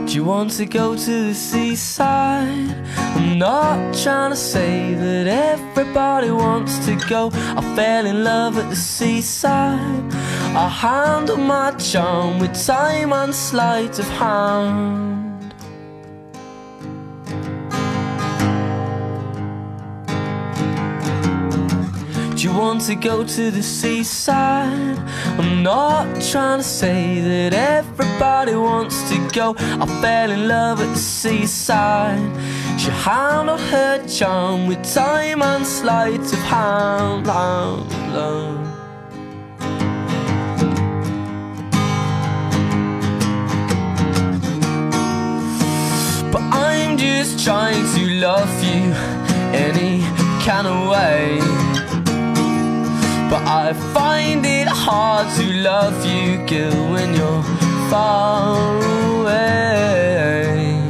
Do you want to go to the seaside? I'm not trying to say that everybody wants to go. I fell in love at the seaside. I handle my charm with time and sleight of hand. Do you want to go to the seaside? I'm not trying to say that everybody wants to go. I fell in love at the seaside. She handled her charm with time and sleight of hand. But I'm just trying to love you any kind of way. But I find it hard to love you, girl, when you're far away.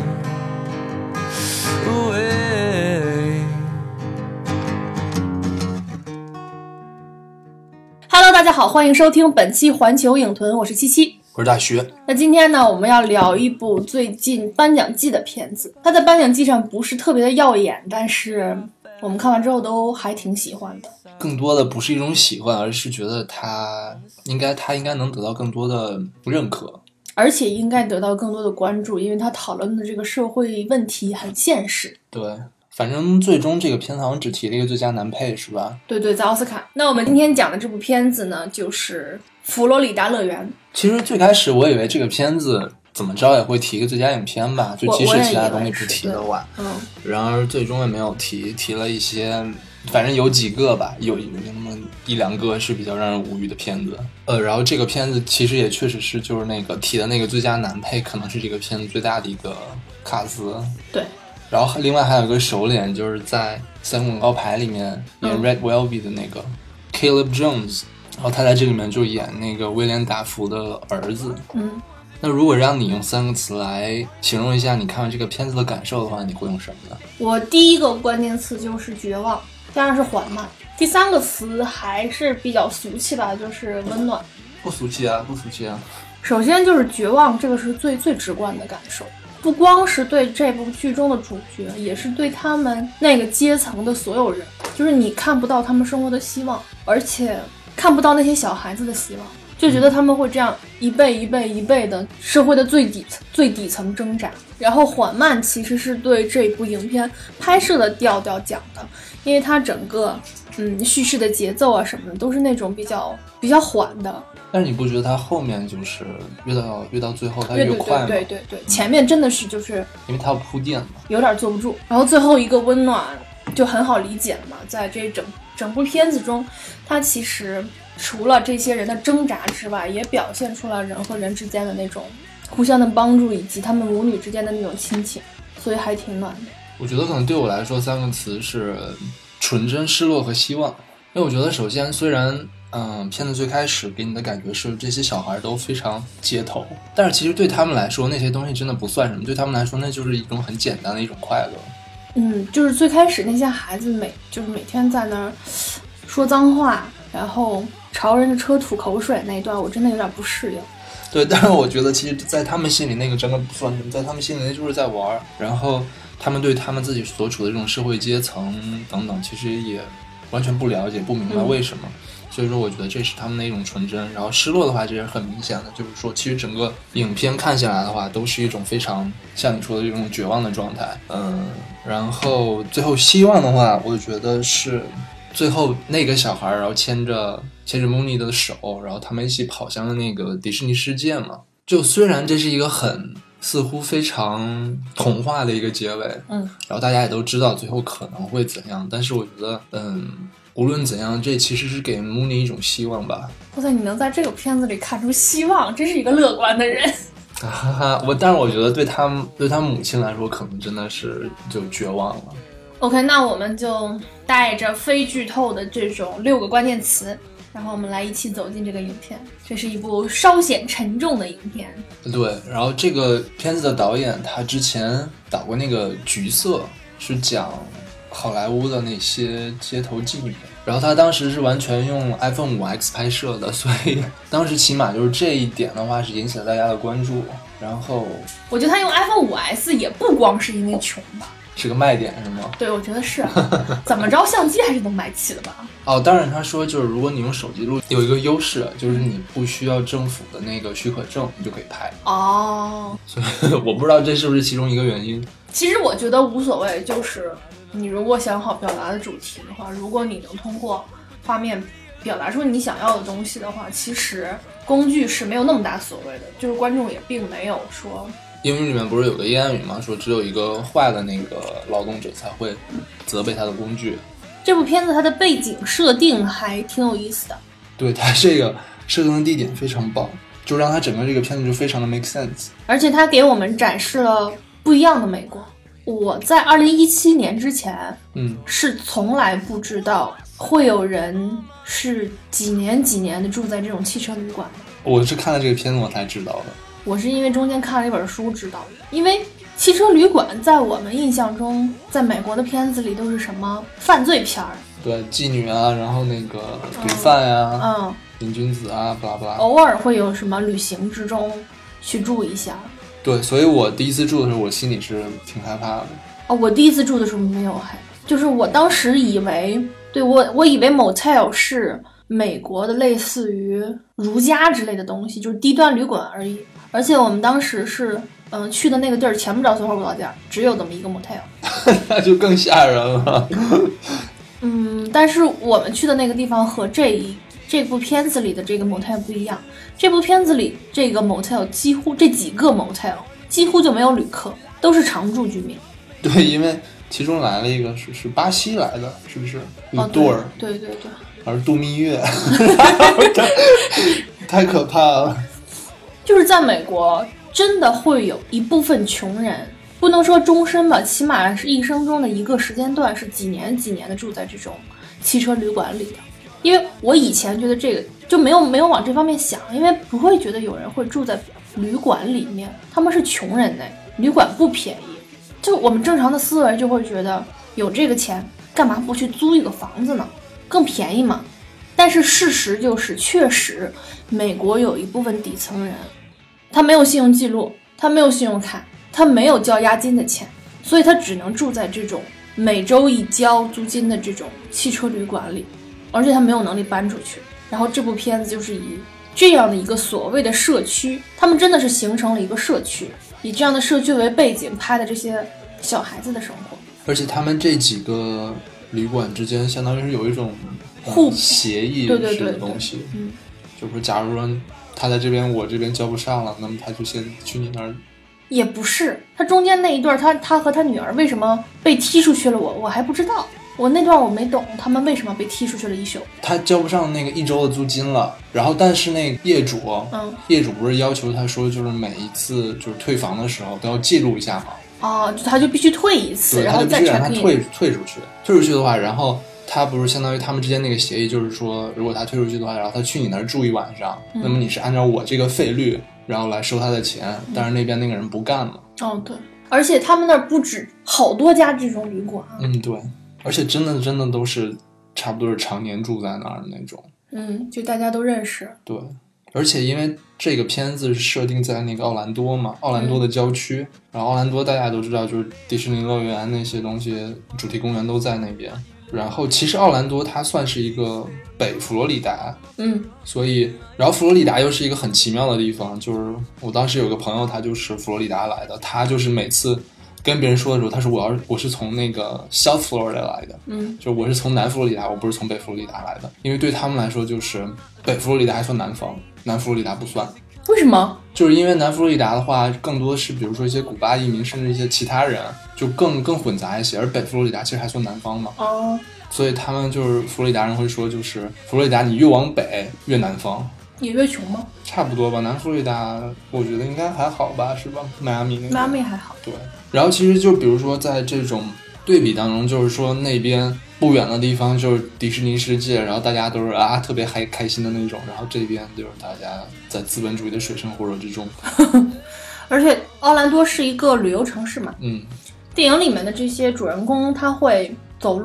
Hello， 大家好，欢迎收听本期环球影屯，我是七七， 我是大学。 那今天呢，我们要聊一部最近颁奖季的片子。它在颁奖季上不是特别的耀眼，但是我们看完之后都还挺喜欢的。 更多的不是一种喜欢，而是觉得他应该能得到更多的认可， 而且应该得到更多的关注，因为他讨论的这个社会问题很现实。 对，反正最终这个片子好像只提了一个最佳男配，是吧？ 对对，在奥斯卡。那我们今天讲的这部片子呢，就是《佛罗里达乐园》。 其实最开始我以为这个片子怎么着也会提一个最佳影片吧，就即使其他东西不提的话，然而最终也没有提了一些，反正有几个吧，有那么一两个是比较让人无语的片子。然后这个片子其实也确实是就是那个提的那个最佳男配，可能是这个片子最大的一个卡司。 对。 然后另外还有一个首脸，就是在三广告牌里面演 Red Velvet 的那个 Caleb Jones， 然后他在这里面就演那个威廉达福的儿子。那如果让你用三个词来形容一下你看完这个片子的感受的话，你会用什么呢？ 我第一个关键词就是绝望，第二是缓慢，第三个词还是比较俗气吧，就是温暖。 不俗气啊，不俗气啊。 首先就是绝望，这个是最直观的感受，不光是对这部剧中的主角，也是对他们那个阶层的所有人，就是你看不到他们生活的希望，而且看不到那些小孩子的希望，就觉得他们会这样一辈的社会的最底层挣扎。然后缓慢其实是对这部影片拍摄的调讲的，因为它整个叙事的节奏啊什么的都是那种比较缓的。 但是你不觉得它后面就是越到最后它越快吗？对， 前面真的是就是因为它有铺垫嘛， 有点坐不住。然后最后一个温暖就很好理解了嘛，在这整部片子中，它其实除了这些人的挣扎之外，也表现出了人和人之间的那种互相的帮助，以及他们母女之间的那种亲情，所以还挺暖的。 我觉得可能对我来说三个词是纯真、失落和希望。因为我觉得首先虽然片子最开始给你的感觉是这些小孩都非常街头，但是其实对他们来说那些东西真的不算什么，对他们来说那就是一种很简单的一种快乐。 就是最开始那些孩子每天在那儿说脏话，然后朝人的车吐口水那一段，我真的有点不适应。 对，但是我觉得其实在他们心里那个真的不算什么，在他们心里那就是在玩，然后他们对他们自己所处的这种社会阶层等等其实也完全不了解，不明白为什么。所以说我觉得这是他们的一种纯真。然后失落的话这是很明显的，就是说其实整个影片看下来的话都是一种非常像你说的这种绝望的状态。然后最后希望的话，我觉得是最后那个小孩然后牵着莫妮的手，然后他们一起跑向了那个迪士尼世界嘛。就虽然这是一个似乎非常童话的一个结尾，然后大家也都知道最后可能会怎样，但是我觉得无论怎样，这其实是给穆尼一种希望吧。 哇塞，你能在这个片子里看出希望，真是一个乐观的人。 但是我觉得对他母亲来说，可能真的是就绝望了。 OK， 那我们就带着非剧透的这种6个关键词，然后我们来一起走进这个影片。这是一部稍显沉重的影片。 对，然后这个片子的导演他之前导过那个《橘色》，是讲好莱坞的那些街头妓女，然后他当时是完全用 iPhone 5X 拍摄的，所以当时起码就是这一点的话是引起了大家的关注。 然后我觉得他用 iPhone 5S 也不光是因为穷吧， 是个卖点是吗？ 对，我觉得是怎么着相机还是能买起的吧。 哦，当然他说就是如果你用手机录有一个优势，就是你不需要政府的那个许可证你就可以拍。 哦， 所以我不知道这是不是其中一个原因。 其实我觉得无所谓，就是你如果想好表达的主题的话，如果你能通过画面表达出你想要的东西的话，其实工具是没有那么大所谓的，就是观众也并没有说。 英语里面不是有个谚语吗？说只有一个坏的那个劳动者才会责备他的工具。 这部片子它的背景设定还挺有意思的， 对，它这个设定的地点非常棒，就让它整个这个片子就非常的 make sense。 而且它给我们展示了不一样的美国。我在2017年之前，是从来不知道会有人是几年的住在这种汽车旅馆的。 我是看了这个片子我才知道的。 我是因为中间看了一本书知道的，因为汽车旅馆在我们印象中，在美国的片子里都是什么犯罪片儿， 对，妓女啊，然后那个毒贩呀，瘾君子啊，巴拉巴拉， 偶尔会有什么旅行之中去住一下。 对，所以我第一次住的时候，我心里是挺害怕的。 哦，我第一次住的时候没有害怕，就是我当时以为，对，我以为 motel 是美国的类似于如家之类的东西，就是低端旅馆而已。而且我们当时是去的那个地儿前不着村后不着店，只有这么一个 motel 那就更吓人了。 但是我们去的那个地方和这部片子里的这个 motel 不一样，这部片子里这个 motel 几乎这几个 motel 几乎就没有旅客，都是常住居民。 对，因为其中来了一个是巴西来的，是不是？ 对对对， 而度蜜月太可怕了。 就是在美国真的会有一部分穷人，不能说终身吧，起码是一生中的一个时间段是几年的住在这种汽车旅馆里的。因为我以前觉得这个就没有往这方面想，因为不会觉得有人会住在旅馆里面，他们是穷人呢，旅馆不便宜。就我们正常的思维就会觉得有这个钱干嘛不去租一个房子呢，更便宜嘛。但是事实就是确实美国有一部分底层人，他没有信用记录，他没有信用卡，他没有交押金的钱，所以他只能住在这种每周一交租金的这种汽车旅馆里，而且他没有能力搬出去。然后这部片子就是以这样的一个所谓的社区，他们真的是形成了一个社区，以这样的社区为背景拍的这些小孩子的生活。 而且他们这几个旅馆之间相当于是有一种协议式的东西，就是假如说他在这边我这边交不上了，那么他就先去你那儿。 也不是，他中间那一段他和他女儿为什么被踢出去了，我还不知道，我那段我没懂他们为什么被踢出去了一宿。他交不上那个1周的租金了，然后但是那个业主不是要求他说就是每一次就是退房的时候都要记录一下吗？ 哦，他就必须退一次，然后再 check in。 他就必须让他退出去的话，然后他不是相当于他们之间那个协议，就是说如果他退出去的话，然后他去你那儿住一晚上，那么你是按照我这个费率然后来收他的钱，但是那边那个人不干了。 对，而且他们那儿不止好多家这种旅馆。 对，而且真的都是差不多是常年住在那儿的那种。 就大家都认识。 对，而且因为这个片子是设定在那个奥兰多嘛，奥兰多的郊区，然后奥兰多大家都知道就是迪士尼乐园那些东西，主题公园都在那边。然后其实奥兰多它算是一个北佛罗里达，所以然后佛罗里达又是一个很奇妙的地方，就是我当时有个朋友他就是佛罗里达来的，他就是每次跟别人说的时候，他说我是从那个 South Florida 来的，就我是从南佛罗里达，我不是从北佛罗里达来的，因为对他们来说就是北佛罗里达还算南方，南佛罗里达不算。 为什么？ 就是因为南佛罗里达的话更多是比如说一些古巴移民甚至一些其他人，就更混杂一些，而北佛罗里达其实还算南方嘛。所以他们就是佛罗里达人会说，就是佛罗里达你越往北越南方。 也越穷吗？ 差不多吧，南佛罗里达我觉得应该还好吧，是吧？迈阿密还好。 对，然后其实就比如说在这种对比当中，就是说那边不远的地方就是迪士尼世界，然后大家都是特别开心的那种，然后这边就是大家在资本主义的水深火热之中。 而且奥兰多是一个旅游城市嘛， 嗯， 电影里面的这些主人公他会走路，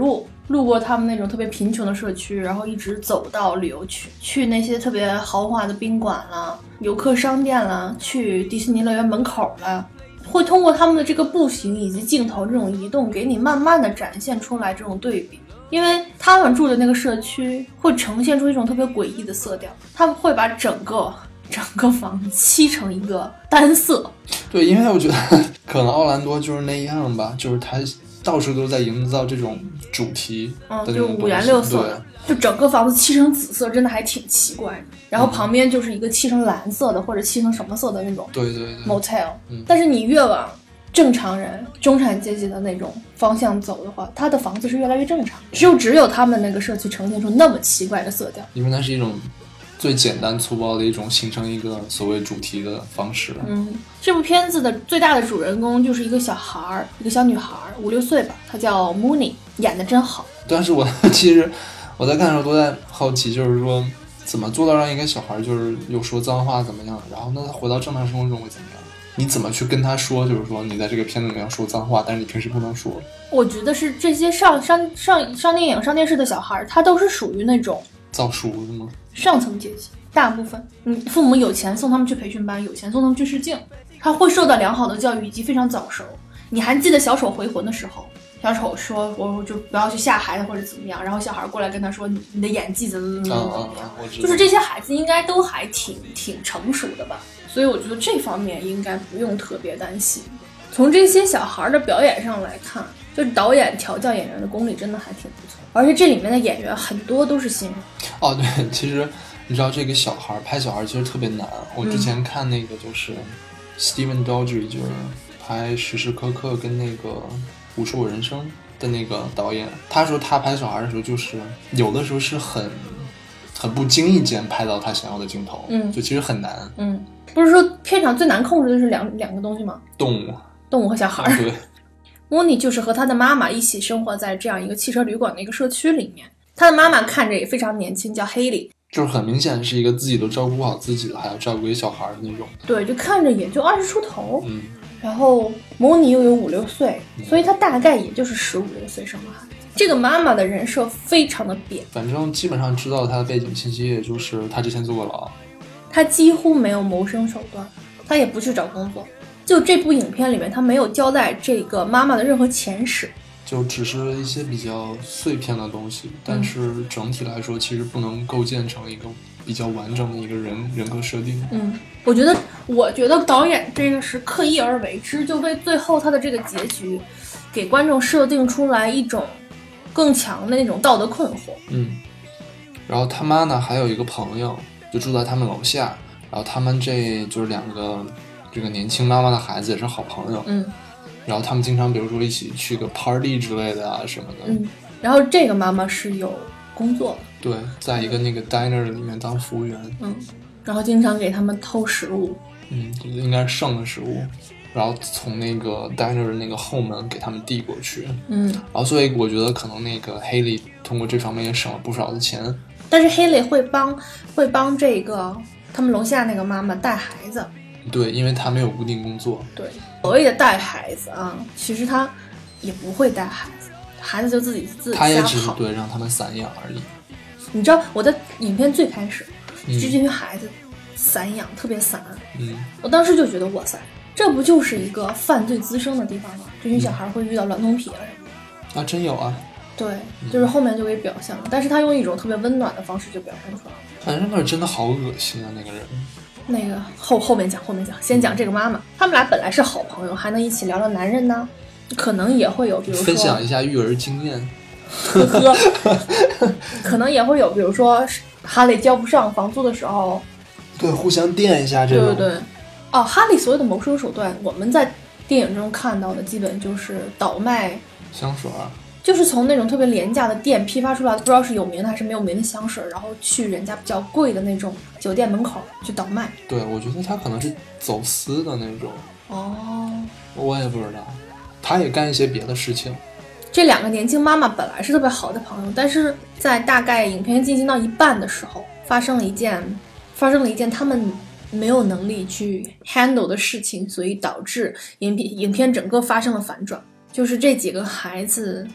路过他们那种特别贫穷的社区，然后一直走到旅游区，去那些特别豪华的宾馆啦、游客商店啦，去迪士尼乐园门口啦，会通过他们的这个步行以及镜头这种移动，给你慢慢的展现出来这种对比。因为他们住的那个社区会呈现出一种特别诡异的色调，他们会把整个房子漆成一个单色。 对，因为我觉得可能奥兰多就是那样吧，就是他到处都在营造这种主题的就五颜六色的，就整个房子漆成紫色，真的还挺奇怪的。然后旁边就是一个漆成蓝色的或者漆成什么色的那种 motel。但是你越往正常人中产阶级的那种方向走的话，他的房子是越来越正常，只有他们那个社区呈现出那么奇怪的色调， 因为它是一种最简单粗暴的一种形成一个所谓主题的方式。 这部片子的最大的主人公就是一个小孩，一个小女孩，5、6岁吧，她叫 Mooney， 演得真好。 但是其实我在看的时候都在好奇，就是说怎么做到让一个小孩就是又说脏话怎么样，然后那他回到正常生活中会怎么样？你怎么去跟他说，就是说你在这个片子里面要说脏话，但是你平时不能说？ 我觉得是这些上电影上电视的小孩，他都是属于那种造书的吗？ 上层阶级，大部分父母有钱送他们去培训班，有钱送他们去试镜，他会受到良好的教育以及非常早熟。你还记得小丑回魂的时候，小丑说我就不要去吓孩子或者怎么样，然后小孩过来跟他说你的演技怎么样，就是这些孩子应该都还挺成熟的吧，所以我觉得这方面应该不用特别担心。从这些小孩的表演上来看，就是导演调教演员的功力真的还挺不错，而且这里面的演员很多都是新人。 对，其实你知道这个小孩拍小孩其实特别难。我之前看那个就是 Steven Daldry， 就是拍时时刻刻跟那个无数人生的那个导演，他说他拍小孩的时候，就是有的时候是很不经意间拍到他想要的镜头，就其实很难。 不是说片场最难控制的是两个东西吗？动物和小孩。对。莫妮就是和他的妈妈一起生活在这样一个汽车旅馆的一个社区里面，他的妈妈看着也非常年轻，叫 Haley， 就是很明显是一个自己都照顾不好自己了，还要照顾一个小孩的那种。 对，就看着也就20出头。然后莫妮又有5、6岁，所以他大概也就是15、16岁生的孩子。这个妈妈的人设非常的扁， 反正基本上知道他的背景信息，也就是他之前坐过牢， 他几乎没有谋生手段，他也不去找工作。就这部影片里面，他没有交代这个妈妈的任何前史， 就只是一些比较碎片的东西，但是整体来说，其实不能构建成一个比较完整的一个人格设定。 我觉得导演这个是刻意而为之，就为最后他的这个结局，给观众设定出来一种更强的那种道德困惑。 然后他妈呢，还有一个朋友，就住在他们楼下，然后他们这就是2个。这个年轻妈妈的孩子也是好朋友，然后他们经常比如说一起去个 party 之类的啊什么的， 然后这个妈妈是有工作的， 对，在一个那个 diner 里面当服务员， 然后经常给他们偷食物， 应该是剩的食物，然后从那个 diner 的那个后门给他们递过去，然后所以我觉得可能那个 Haley 通过这方面也省了不少的钱， 但是 Haley 会帮这个他们楼下那个妈妈带孩子。 对，因为他没有固定工作。 对，所谓的带孩子啊，其实他也不会带孩子，孩子就自己他也只是对让他们散养而已。 你知道我的影片最开始，就这群孩子散养特别散，我当时就觉得哇塞，这不就是一个犯罪滋生的地方吗？这群小孩会遇到娈童癖啊什么的。真有啊。 对，就是后面就给表现了，但是他用一种特别温暖的方式就表现出来了。 反正那真的好恶心啊，那个人。 那个后面讲，先讲这个妈妈，他们俩本来是好朋友，还能一起聊聊男人呢，可能也会有，比如说分享一下育儿经验， 可能也会有，比如说哈利交不上房租的时候， 对，互相垫一下这种。 对。哈利所有的谋生手段，我们在电影中看到的基本就是倒卖香水。 就是从那种特别廉价的店批发出来的，不知道是有名的还是没有名的香水，然后去人家比较贵的那种酒店门口去倒卖。 对，我觉得他可能是走私的那种。我也不知道，他也干一些别的事情。 这2个年轻妈妈本来是特别好的朋友，但是在大概影片进行到一半的时候，发生了一件他们没有能力去 handle 的事情，所以导致影片整个发生了反转。就是这几个孩子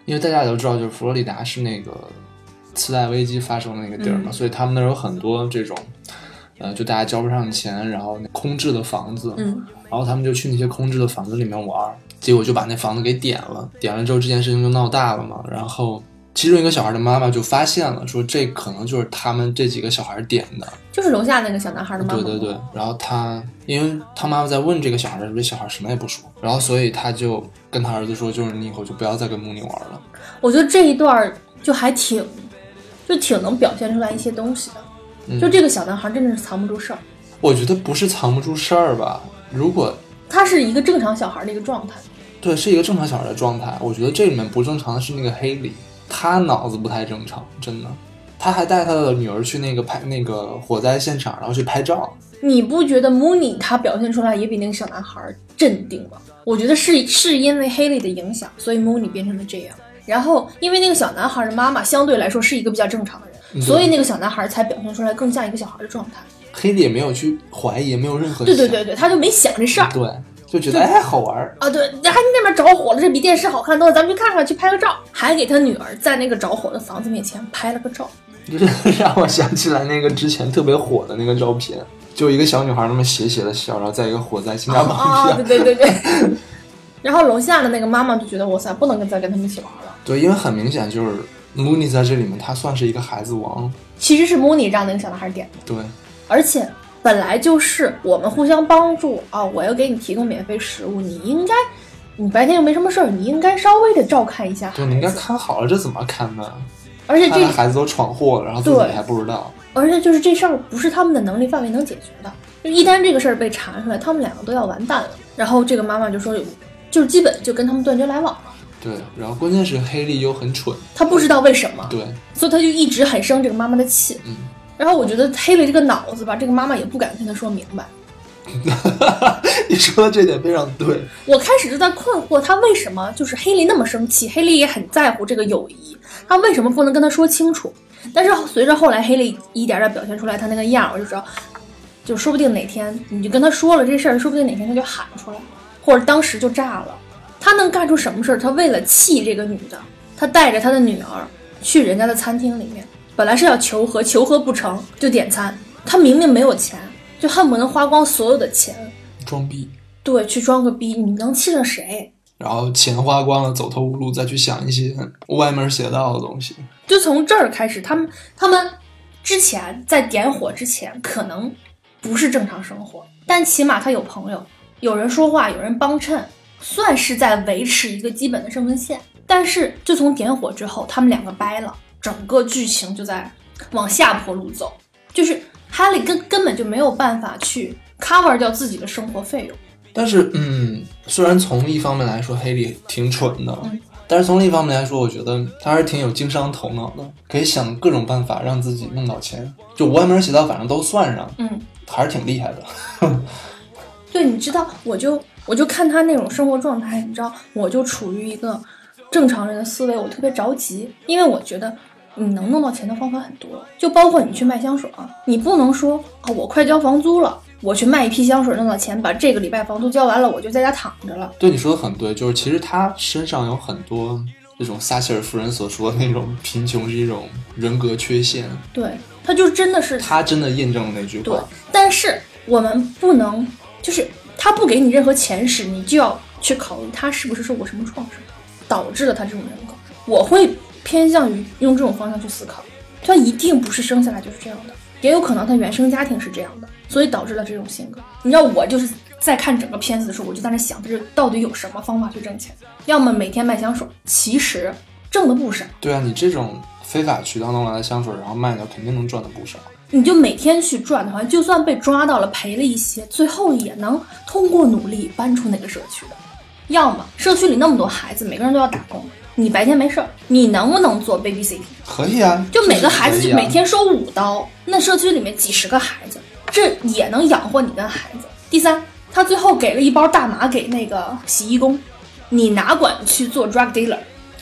因为大家也都知道，就是佛罗里达是那个次贷危机发生的那个地儿嘛，所以他们那儿有很多这种就大家交不上钱，然后空置的房子，然后他们就去那些空置的房子里面玩，结果就把那房子给点了之后这件事情就闹大了嘛，然后其中一个小孩的妈妈就发现了，说这可能就是他们这几个小孩点的， 就是楼下那个小男孩的妈妈。 对对对，然后因为他妈妈在问这个小孩的时候，这小孩什么也不说，然后所以他就跟他儿子说，就是你以后就不要再跟穆尼玩了。 我觉得这一段就还挺能表现出来一些东西的，就这个小男孩真的是藏不住事儿。 我觉得不是藏不住事儿吧，如果他是一个正常小孩的一个状态。 对，是一个正常小孩的状态。我觉得这里面不正常的是那个黑里，他脑子不太正常，真的。他还带他的女儿去拍那个火灾现场，然后去拍照。 你不觉得穆尼他表现出来也比那个小男孩镇定吗？我觉得是因为黑里的影响，所以穆尼变成了这样。然后因为那个小男孩的妈妈相对来说是一个比较正常的人，所以那个小男孩才表现出来更像一个小孩的状态。 黑里也没有去怀疑，也没有任何对，他就没想这事儿。 对，就觉得好玩啊，对，还那边着火了，这比电视好看多了，咱们去看看，去拍个照，还给他女儿在那个着火的房子面前拍了个照， 就是让我想起来那个之前特别火的那个照片，就一个小女孩那么斜斜的笑，然后在一个火灾新加坡上。 对。然后楼下的那个妈妈就觉得哇塞，不能再跟他们一起玩了。 对，因为很明显就是穆尼在这里面他算是一个孩子王， 其实是穆尼让那个小男孩点的。 对， 而且本来就是我们互相帮助啊，我要给你提供免费食物，你白天又没什么事儿，你应该稍微的照看一下孩子。 对，你应该看好了，这怎么看呢？ 而且这孩子都闯祸了，然后自己还不知道。 而且就是这事儿不是他们的能力范围能解决的，就一旦这个事儿被查出来，他们两个都要完蛋了。然后这个妈妈就说，就是基本就跟他们断绝来往了。 对，然后关键是黑莉又很蠢， 他不知道为什么， 对， 所以他就一直很生这个妈妈的气。然后我觉得黑莉这个脑子吧，这个妈妈也不敢跟他说明白。 你说的这点非常对。 我开始就在困惑，他为什么就是黑莉那么生气，黑莉也很在乎这个友谊，他为什么不能跟他说清楚？但是随着后来黑莉一点点表现出来他那个样，我就知道，就说不定哪天你就跟他说了这事儿，说不定哪天他就喊出来，或者当时就炸了。他能干出什么事儿？他为了气这个女的，他带着他的女儿去人家的餐厅里面，本来是要求和不成就点餐，他明明没有钱，就恨不能花光所有的钱装逼。对， 去装个逼，你能气着谁？ 然后钱花光了，走投无路，再去想一些歪门邪道的东西。 就从这儿开始，他们之前在点火之前可能不是正常生活，但起码他有朋友，有人说话，有人帮衬，算是在维持一个基本的生存线。但是就从点火之后，他们两个掰了，整个剧情就在往下坡路走，就是哈利根本就没有办法去 cover 掉自己的生活费用。 但是虽然从一方面来说黑莉挺蠢的，但是从另一方面来说，我觉得他还是挺有经商头脑的，可以想各种办法让自己弄到钱，就歪门邪道反正都算上，还是挺厉害的。 对，你知道，我就看他那种生活状态，你知道，我就处于一个正常人的思维，我特别着急，因为我觉得你能弄到钱的方法很多，就包括你去卖香水啊，你不能说我快交房租了，我去卖一批香水弄到钱，把这个礼拜房租交完了，我就在家躺着了。 对，你说的很对，就是其实他身上有很多这种撒切尔夫人所说的那种贫穷是一种人格缺陷。 对，他就真的是， 他真的验证了那句话。 对，但是我们不能，就是他不给你任何钱时，你就要去考虑他是不是受过什么创伤，导致了他这种人格。我会偏向于用这种方向去思考，他一定不是生下来就是这样的，也有可能他原生家庭是这样的，所以导致了这种性格。你知道，我就是在看整个片子的时候，我就在那想，这到底有什么方法去挣钱？要么每天卖香水，其实挣的不少。 对啊，你这种非法渠道弄来的香水，然后卖掉，肯定能赚的不少。 你就每天去赚的话，就算被抓到了赔了一些，最后也能通过努力搬出那个社区的。要么社区里那么多孩子，每个人都要打工，你白天没事儿，你能不能做 babysitting？ 可以啊， 就每个孩子就每天收5刀，那社区里面几十个孩子，这也能养活你跟孩子。第三，他最后给了一包大麻给那个洗衣工，你哪管去做 drug dealer？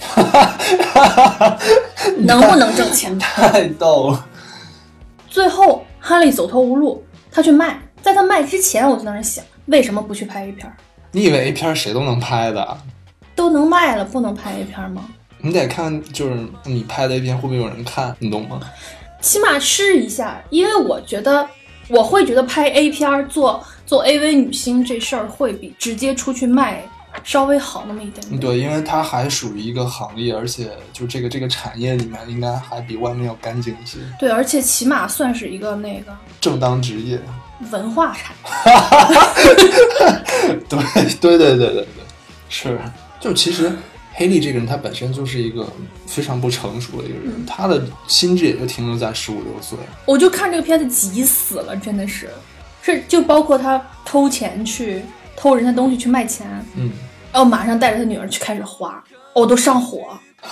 能不能挣钱？ 太逗了。 最后哈利走投无路，他去卖，在他卖之前，我就在那想，为什么不去拍 A 片？ 你以为 A 片谁都能拍的？ 都能卖了，不能拍 A 片吗？ 你得看就是你拍的 A 片会不会有人看，你懂吗？ 起码试一下，因为我会觉得拍 A 片做 AV 女星这事儿会比直接出去卖稍微好那么一点点。 对，因为它还属于一个行业，而且就这个产业里面应该还比外面要干净一些。 对，而且起码算是一个那个正当职业， 文化产对，是。就其实黑莉这个人，他本身就是一个非常不成熟的一个人，他的心智也就停留在15、16岁。我就看这个片子急死了，真的是就包括他偷钱去偷人家东西去卖钱，然后马上带着他女儿去开始花，我都上火。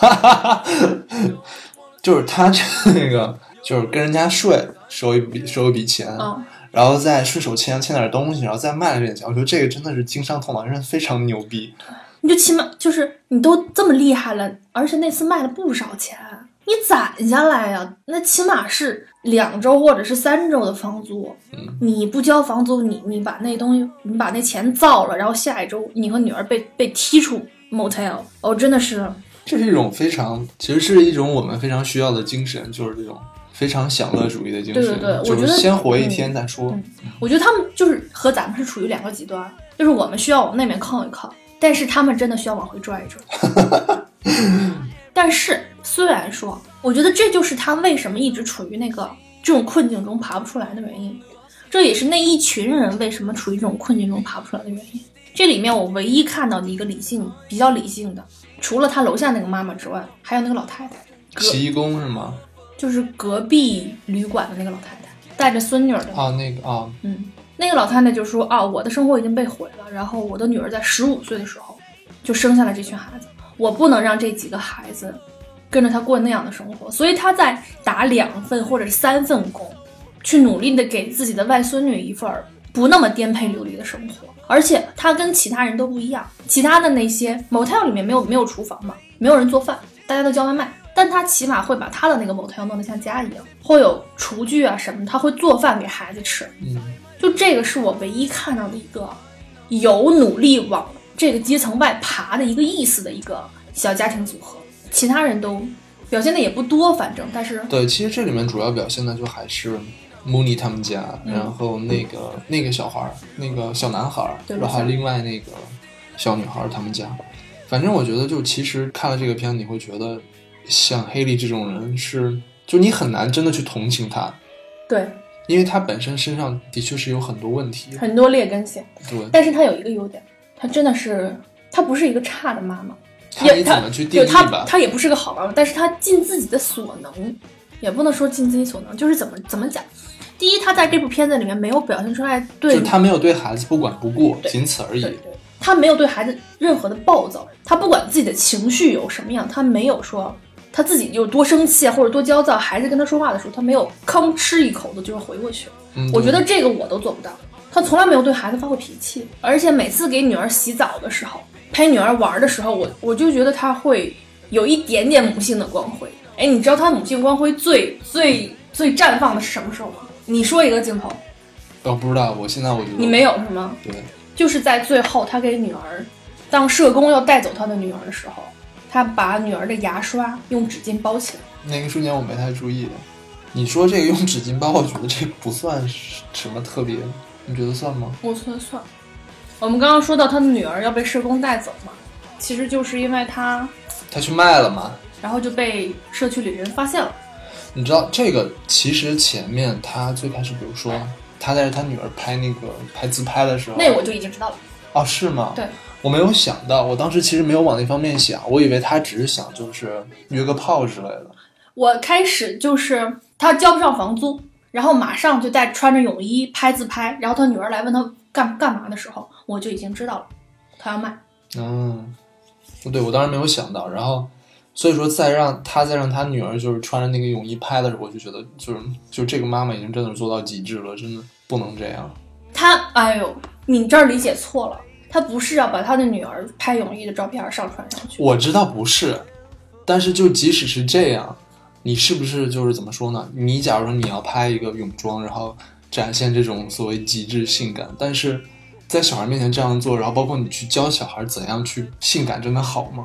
就是他这个就是跟人家收一笔钱，然后再顺手欠点东西，然后再卖了这点钱。我觉得这个真的是经商头脑，真的非常牛逼。 你就起码就是你都这么厉害了，而且那次卖了不少钱，你攒下来呀，那起码是2周或者是3周的房租。你不交房租，你把那东西，你把那钱造了，然后下一周你和女儿被踢出 motel， 真的是。 这是一种其实是一种我们非常需要的精神，就是这种非常享乐主义的精神。 对， 就是先活一天再说。 我觉得他们就是和咱们是处于2个极端，就是我们需要往那边靠一靠，但是他们真的需要往回拽一拽。但是虽然说，我觉得这就是他为什么一直处于这种困境中爬不出来的原因，这也是那一群人为什么处于这种困境中爬不出来的原因。这里面我唯一看到的一个比较理性的，除了他楼下那个妈妈之外，还有那个老太太， 洗衣工是吗？ 就是隔壁旅馆的那个老太太，带着孙女的那个老太太就说我的生活已经被毁了，然后我的女儿在15岁的时候就生下了这群孩子，我不能让这几个孩子跟着她过那样的生活，所以她在打2份或者是3份工，去努力的给自己的外孙女一份不那么颠沛流离的生活。而且她跟其他人都不一样，其他的那些 motel 里面没有厨房嘛，没有人做饭，大家都叫外卖，但她起码会把她的那个 motel 弄得像家一样，会有厨具啊什么，她会做饭给孩子吃。就这个是我唯一看到的一个有努力往这个阶层外爬的一个意思的一个小家庭组合，其他人都表现的也不多，反正但是对，其实这里面主要表现的就还是穆尼他们家，然后那个小孩，那个小男孩，然后还有另外那个小女孩他们家。反正我觉得就其实看了这个片，你会觉得像黑莉这种人就你很难真的去同情他。 对， 因为他本身身上的确是有很多问题， 很多劣根性。 对， 但是他有一个优点，他真的是他不是一个差的妈妈。 你怎么去定义吧？ 他也不是个好妈妈，但是他尽自己的所能，也不能说尽自己所能，就是怎么讲。第一，他在这部片子里面没有表现出来就他没有对孩子不管不顾，仅此而已。 对，他没有对孩子任何的暴躁，他不管自己的情绪有什么样，他没有说他自己有多生气或者多焦躁，孩子跟他说话的时候，他没有吭吃一口的就回过去。我觉得这个我都做不到。他从来没有对孩子发过脾气，而且每次给女儿洗澡的时候，陪女儿玩的时候，我就觉得他会有一点点母性的光辉。哎，你知道他母性光辉最绽放的是什么时候吗？你说一个镜头。 不知道，我觉得你没有是吗？ 对， 就是在最后他给女儿当社工要带走他的女儿的时候，他把女儿的牙刷用纸巾包起来。 那个瞬间我没太注意。你说这个用纸巾包，我觉得这个不算什么特别，你觉得算吗？ 我觉得算。我们刚刚说到他的女儿要被社工带走嘛，其实就是因为他去卖了嘛， 然后就被社区里人发现了。 你知道这个其实前面他最开始，比如说他带着他女儿拍自拍的时候， 那我就已经知道了。 哦，是吗？ 对， 我没有想到，我当时其实没有往那方面想，我以为他只是想就是约个炮之类的。 我开始就是他交不上房租，然后马上就穿着泳衣拍自拍，然后他女儿来问他干嘛的时候，我就已经知道了他要卖。 对，我当时没有想到，然后所以说再让他女儿就是穿着那个泳衣拍的时候，我就觉得就这个妈妈已经真的做到极致了，真的不能这样。你这儿理解错了，他不是要把他的女儿拍泳衣的照片上传上去。 我知道不是，但是就即使是这样，你是不是就是怎么说呢？你假如说你要拍一个泳装，然后展现这种所谓极致性感，但是在小孩面前这样做，然后包括你去教小孩怎样去性感，真的好吗？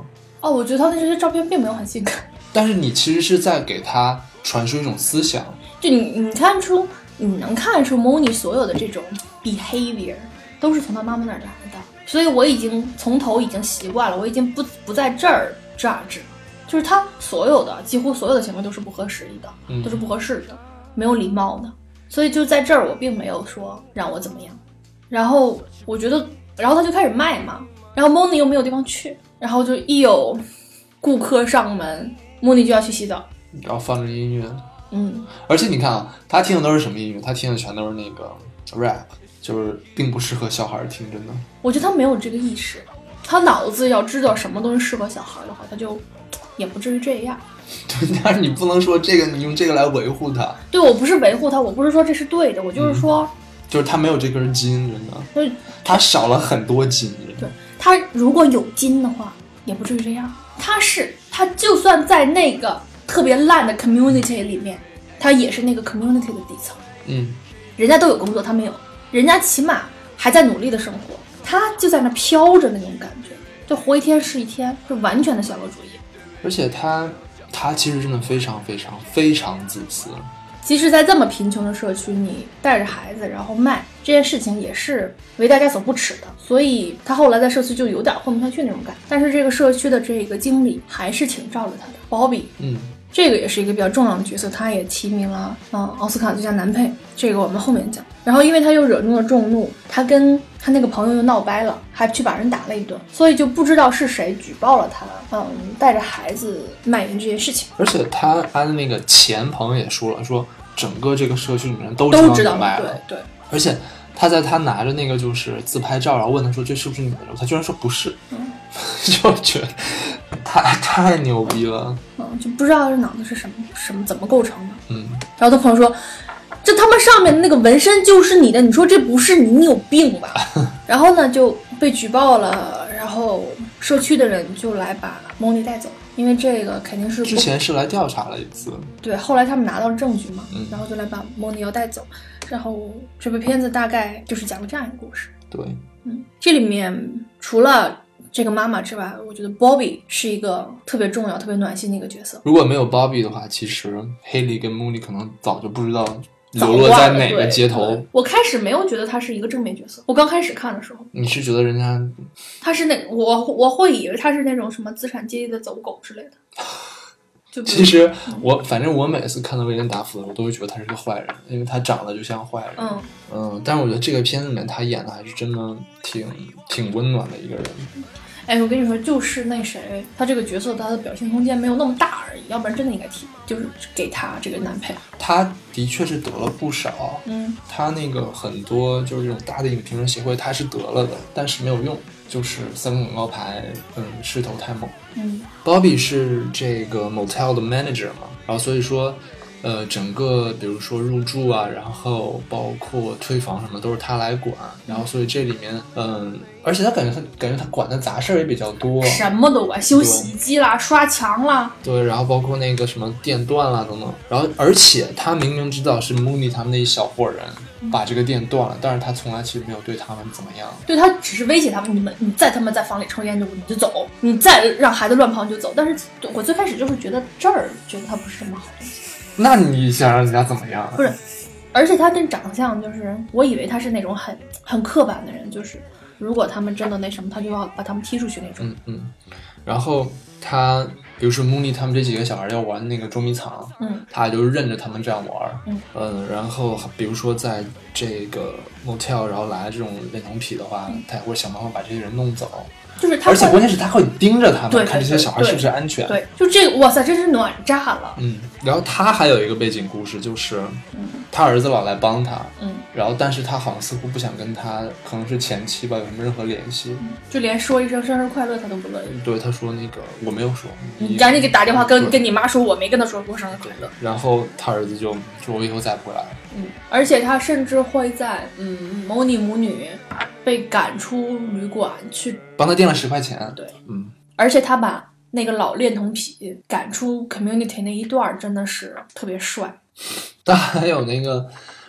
哦，我觉得他的这些照片并没有很性感， 但是你其实是在给他传输一种思想， 就你能看出 Moni 所有的这种 behavior 都是从他妈妈那儿来的，所以我已经从头已经习惯了，我已经不在这儿 judge， 就是他几乎所有的行为都是不合时宜的，都是不合适的，没有礼貌的，所以就在这儿我并没有说让我怎么样。然后我觉得，然后他就开始卖嘛，然后 Moni 又没有地方去，然后就一有顾客上门 Moni 就要去洗澡， 然后放着音乐。而且你看啊，他听的都是什么音乐？他听的全都是那个 rap， 就是并不适合小孩听，真的。 我觉得他没有这个意识，他脑子要知道什么东西适合小孩的话，他就也不至于这样。 对，但是你不能说这个，你用这个来维护他。 对，我不是维护他，我不是说这是对的，我就是说， 就是他没有这根筋，真的，他少了很多筋。 对，他如果有筋的话，也不至于这样。他就算在那个特别烂的 community 里面，他也是那个 community 的底层。人家都有工作，他没有，人家起码还在努力的生活，他就在那飘着那种感觉，就活一天是一天，是完全的享乐主义。 而且他其实真的非常非常非常自私。 即使在这么贫穷的社区，你带着孩子然后卖这件事情也是为大家所不耻的，所以他后来在社区就有点混不下去那种感觉。但是这个社区的这个经理还是挺罩着他的。Bobby，这个也是一个比较重要的角色，他也提名了奥斯卡最佳男配，这个我们后面讲。然后因为他又惹怒了众怒，他跟他那个朋友又闹掰了，还去把人打了一顿，所以就不知道是谁举报了他带着孩子卖淫这件事情。 而且他的那个前朋友也说了，说整个这个社区里面都知道你卖了。 对， 而且他拿着那个就是自拍照，然后问他说这是不是你的时候，他居然说不是。就觉得太牛逼了。 就不知道这脑子是什么怎么构成的。然后他朋友说这他妈上面的那个纹身就是你的，你说这不是你有病吧？然后呢就被举报了，然后社区的人就来把 Moni 带走，因为这个肯定是之前是来调查了一次， 对，后来他们拿到了证据嘛，然后就来把 Moni 要带走。然后这部片子大概就是讲了这样一个故事。 对， 这里面除了这个妈妈之外，我觉得 Bobby 是一个特别重要特别暖心的一个角色。 如果没有 Bobby 的话，其实 Haley 跟 Moni 可能早就不知道流落在哪个街头。 我开始没有觉得他是一个正面角色，我刚开始看的时候， 你是觉得人家他是我会以为他是那种什么资产阶级的走狗之类的。 其实反正我每次看到威廉达福的，我都会觉得他是个坏人，因为他长得就像坏人。但是我觉得这个片子里面他演的还是真的挺温暖的一个人。 哎，我跟你说，就是那谁，他这个角色他的表现空间没有那么大而已，要不然真的应该提，就是给他这个男配。 他的确是得了不少，他那个很多就是这种大的影评人协会他是得了的，但是没有用，就是3个广告牌，势头太猛。Bobby 是这个 motel 的 manager 嘛，然后所以说整个比如说入住啊，然后包括退房什么都是他来管，然后所以这里面而且他感觉他管的杂事也比较多， 什么都管，修洗衣机啦，刷墙啦， 对，然后包括那个什么电断啦等等，然后而且他明明知道是 Moni 他们那一小伙人把这个电断了，但是他从来其实没有对他们怎么样， 对，他只是威胁他们，你再他妈在房里抽烟你就走，你再让孩子乱跑你就走。但是我最开始就是觉得他不是这么好的。 那你想让人家怎么样？ 不是，而且他跟长相就是，我以为他是那种很刻板的人，就是如果他们真的那什么，他就要把他们踢出去那种。 然后他比如说 Moni 他们这几个小孩要玩那个捉迷藏，他就认着他们这样玩，然后比如说在这个 motel 然后来这种恋童癖的话，他也会想办法把这些人弄走。 就是他， 而且关键是他会盯着他们， 对， 看这些小孩是不是安全。 对，就这个，哇塞，真是暖炸了。 然后他还有一个背景故事，就是他儿子老来帮他，然后但是他好像似乎不想跟他可能是前妻吧有什么任何联系，就连说一声生日快乐他都不乐意。 对，他说那个我没有说， 你赶紧给打电话跟你妈说我没跟他说过生日快乐。 然后他儿子就说我以后再也不会来了。 而且他甚至会在Moni母女被赶出旅馆去帮他垫了10块钱。 对，而且他把那个老恋童癖赶出 community 那一段真的是特别帅。 但还有那个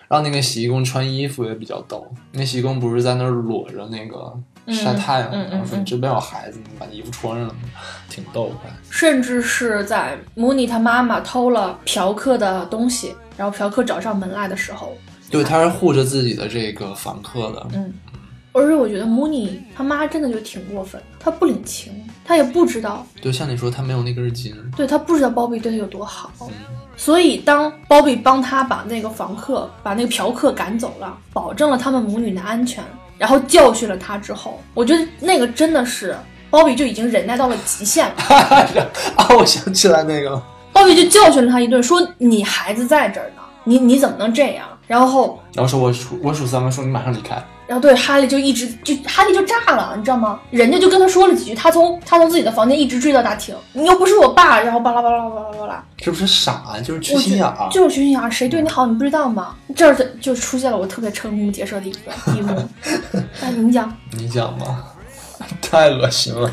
然后那个洗衣工穿衣服也比较逗，那洗衣工不是在那儿裸着那个晒太阳，然后说你这边有孩子，你把衣服穿上了，挺逗的。 甚至是在穆尼他妈妈偷了嫖客的东西，然后嫖客找上门来的时候， 对，他是护着自己的这个房客的。 而且我觉得穆尼他妈真的就挺过分，他不领情，他也不知道， 对，像你说他没有那根筋， 对，他不知道鲍比对他有多好，所以当鲍比帮他把那个把那个嫖客赶走了，保证了他们母女的安全，然后教训了他之后，我觉得那个真的是鲍比就已经忍耐到了极限了啊！我想起来那个了， 鲍比就教训了他一顿，说你孩子在这儿呢，你怎么能这样？然后说我数3个，说你马上离开。 然后对哈利哈利就炸了，你知道吗？人家就跟他说了几句，他从自己的房间一直追到大厅，你又不是我爸，然后巴拉巴拉巴拉巴拉， 这不是傻，就是缺心眼儿， 就是缺心眼儿，谁对你好你不知道吗？这儿就出现了我特别瞠目结舌的一幕。哎，你讲吧，太恶心了。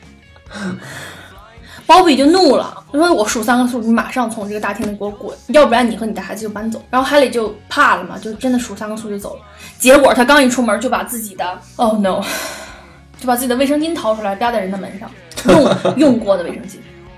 鲍比就怒了，他说我数3个数，你马上从这个大厅里给我滚，要不然你和你的孩子就搬走。然后哈利就怕了嘛，就真的数3个数就走了。结果他刚一出门就把自己的就把自己的卫生巾掏出来搭在人的门上，用过的卫生巾。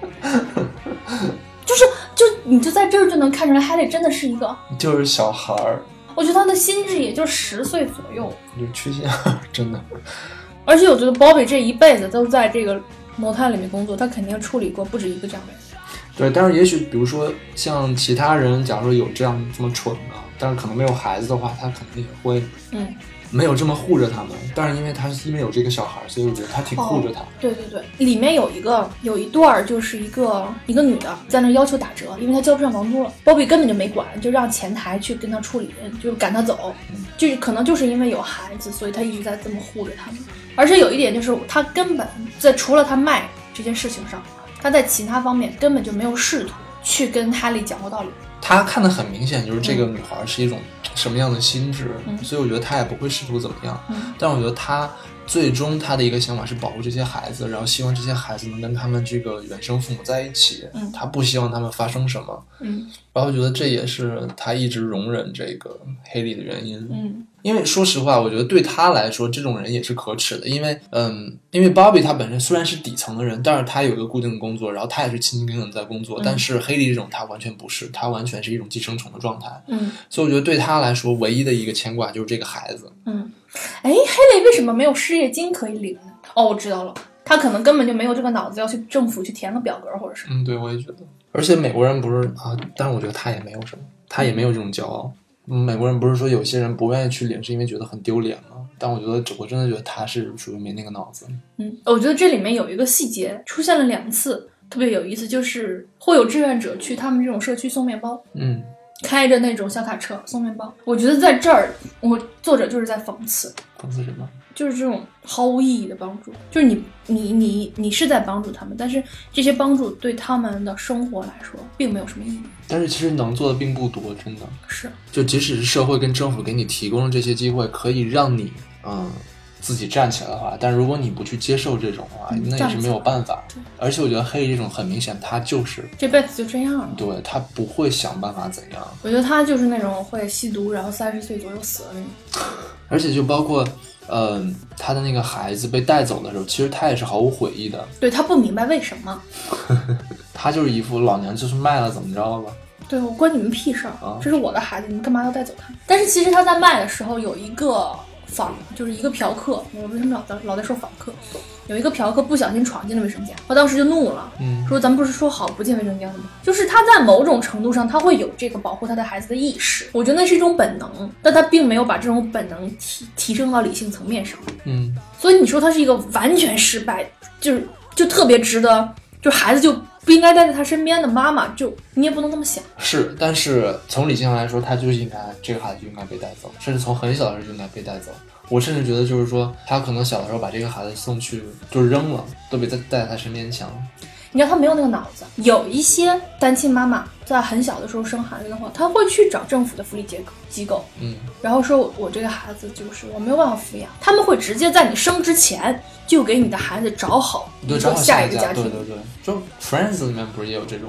就你就在这儿就能看出来，哈利真的是一个就是小孩儿。 我觉得他的心智也就10岁左右， 有缺心眼儿，真的。 而且我觉得鲍比这一辈子都在这个谋探里面工作，他肯定处理过不止一个这样的人。 对，但是也许比如说像其他人，假如说有这么蠢的，但是可能没有孩子的话，他可能也会没有这么护着他们。但是因为有这个小孩，所以我觉得他挺护着他。 对，里面有一段就是一个女的在那要求打折，因为她交不上房租了，鲍比根本就没管，就让前台去跟她处理，就赶她走。就是可能就是因为有孩子，所以她一直在这么护着他们。而且有一点就是，他根本在除了他卖这件事情上，他在其他方面根本就没有试图去跟哈利讲过道理。 他看得很明显，就是这个女孩是一种什么样的心智，所以我觉得他也不会试图怎么样。但我觉得他最终他的一个想法是保护这些孩子，然后希望这些孩子能跟他们这个原生父母在一起。他不希望他们发生什么。然后我觉得这也是他一直容忍这个黑莉的原因。因为说实话，我觉得对他来说，这种人也是可耻的。因为 Bobby 他本身虽然是底层的人，但是他有一个固定的工作，然后他也是勤勤恳恳在工作。但是黑莉这种他完全不是，他完全是一种寄生虫的状态。所以我觉得对他来说，唯一的一个牵挂就是这个孩子。 黑莉为什么没有失业金可以领呢？我知道了，他可能根本就没有这个脑子要去政府去填个表格或者是。 对，我也觉得。而且美国人不是啊，但是我觉得他也没有什么，他也没有这种骄傲。美国人不是说有些人不愿意去领是因为觉得很丢脸吗？但我真的觉得他是属于没那个脑子。 我觉得这里面有一个细节出现了2次，特别有意思，就是会有志愿者去他们这种社区送面包。开着那种小卡车送面包。我觉得在这儿，作者就是在讽刺什么？ 就是这种毫无意义的帮助，就是你是在帮助他们，但是这些帮助对他们的生活来说并没有什么意义。 但是其实能做的并不多，真的是。 就即使是社会跟政府给你提供了这些机会，可以让你自己站起来的话，但如果你不去接受这种的话，那也是没有办法。而且我觉得黑这种很明显，他就是这辈子就这样了。 对，他不会想办法怎样。 我觉得他就是那种会吸毒，然后30岁左右死的那种。 而且就包括他的那个孩子被带走的时候，其实他也是毫无悔意的。 对，他不明白为什么。 他就是一副老娘就是卖了怎么着吧。 对，我关你们屁事儿，这是我的孩子，你们干嘛要带走他？但是其实他在卖的时候有一个就是一个嫖客，我为什么老在说访客？有一个嫖客不小心闯进了卫生间，我当时就怒了，说咱们不是说好不进卫生间的吗？就是他在某种程度上他会有这个保护他的孩子的意识，我觉得那是一种本能，但他并没有把这种本能提升到理性层面上。所以你说他是一个完全失败，就特别值得，就孩子就不应该待在他身边的妈妈，就你也不能这么想。是， 但是从理性上来说，他就是应该这个孩子就应该被带走，甚至从很小的时候就应该被带走。我甚至觉得就是说，他可能小的时候把这个孩子送去就扔了，都比带在他身边强。 你知道他没有那个脑子。有一些单亲妈妈在很小的时候生孩子的话，他会去找政府的福利机构，然后说我这个孩子就是我没有办法抚养，他们会直接在你生之前就给你的孩子找好一个下一个家庭。 对，就 Friends 里面不是也有这种吗？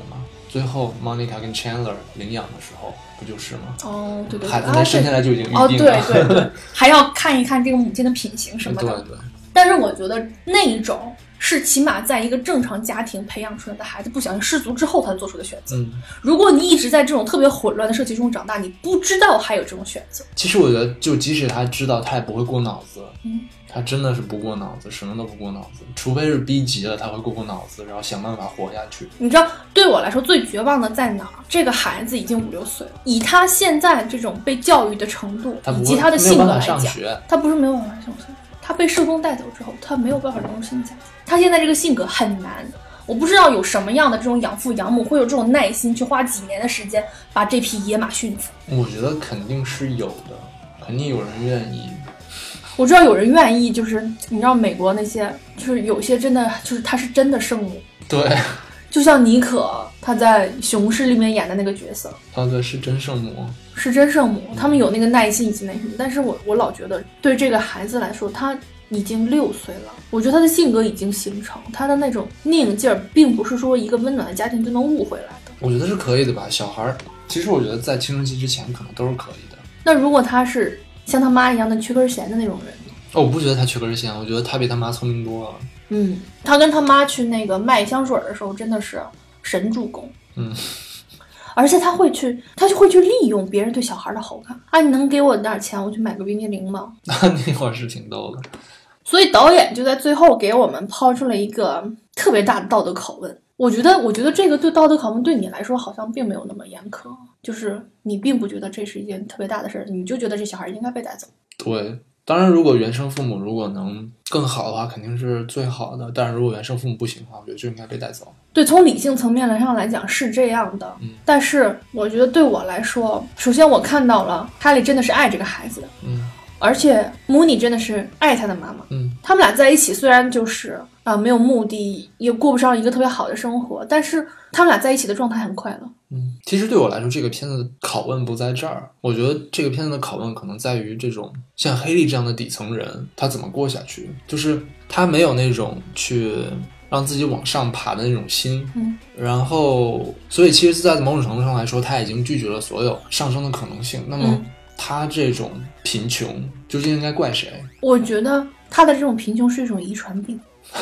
最后 Monica 跟 Chandler 领养的时候不就是吗？ 哦，对对对， 孩子没生下来就已经预定了。 哦，对对对，还要看一看这个母亲的品行什么的。 对对。 但是我觉得那一种是起码在一个正常家庭培养出来的孩子不小心失足之后他做出的选择。如果你一直在这种特别混乱的社区中长大，你不知道还有这种选择。 其实我觉得，就即使他知道，他也不会过脑子。他真的是不过脑子，什么都不过脑子，除非是逼急了，他会过脑子，然后想办法活下去。 你知道，对我来说最绝望的在哪儿？这个孩子已经5、6岁了，以他现在这种被教育的程度，以及他的性格来讲，他不是没有办法上学。他被社工带走之后，他没有办法融入新家庭。他现在这个性格很难，我不知道有什么样的这种养父养母会有这种耐心去花几年的时间把这匹野马驯服。 我觉得肯定是有的，肯定有人愿意。 我知道有人愿意，就是你知道美国那些，就是有些真的就是他是真的圣母。 对， 就像妮可他在《雄狮》里面演的那个角色， 对，是真圣母。 是真圣母，他们有那个耐心以及那什么，但是我老觉得对这个孩子来说，他已经6岁了，我觉得他的性格已经形成，他的那种拧劲儿，并不是说一个温暖的家庭就能悟回来的。 我觉得是可以的吧，小孩其实我觉得在青春期之前可能都是可以的。 那如果他是像他妈一样的缺根弦的那种人， 我不觉得他缺根弦，我觉得他比他妈聪明多了。 他跟他妈去那个卖香水的时候，真的是神助攻。而且他就会去利用别人对小孩的好感啊！你能给我点钱，我去买个冰淇淋吗？ 那会儿是挺逗的。 所以导演就在最后给我们抛出了一个特别大的道德拷问。我觉得这个对道德拷问对你来说好像并没有那么严苛，就是你并不觉得这是一件特别大的事儿，你就觉得这小孩应该被带走。 对，当然如果原生父母如果能更好的话肯定是最好的，但是如果原生父母不行的话，我觉得就应该被带走。 对，从理性层面上来讲是这样的，但是我觉得对我来说，首先我看到了哈利真的是爱这个孩子的，而且穆妮真的是爱他的妈妈，他们俩在一起虽然就是没有目的，也过不上一个特别好的生活，但是他们俩在一起的状态很快乐。 其实对我来说这个片子的拷问不在这儿，我觉得这个片子的拷问可能在于这种像黑莉这样的底层人他怎么过下去，就是他没有那种去让自己往上爬的那种心，然后所以其实在某种程度上来说他已经拒绝了所有上升的可能性。那么他这种贫穷究竟应该怪谁？我觉得他的这种贫穷是一种遗传病。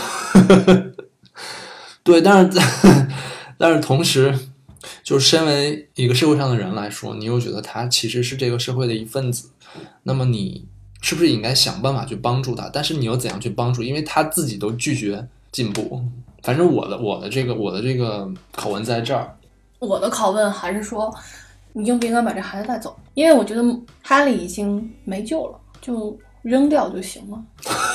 对，但是同时就是身为一个社会上的人来说，你又觉得他其实是这个社会的一份子，那么你是不是应该想办法去帮助他？但是你又怎样去帮助？因为他自己都拒绝进步。反正我的这个拷问在这儿。我的拷问还是说你应不应该把这孩子带走？因为我觉得哈利已经没救了，就扔掉就行了。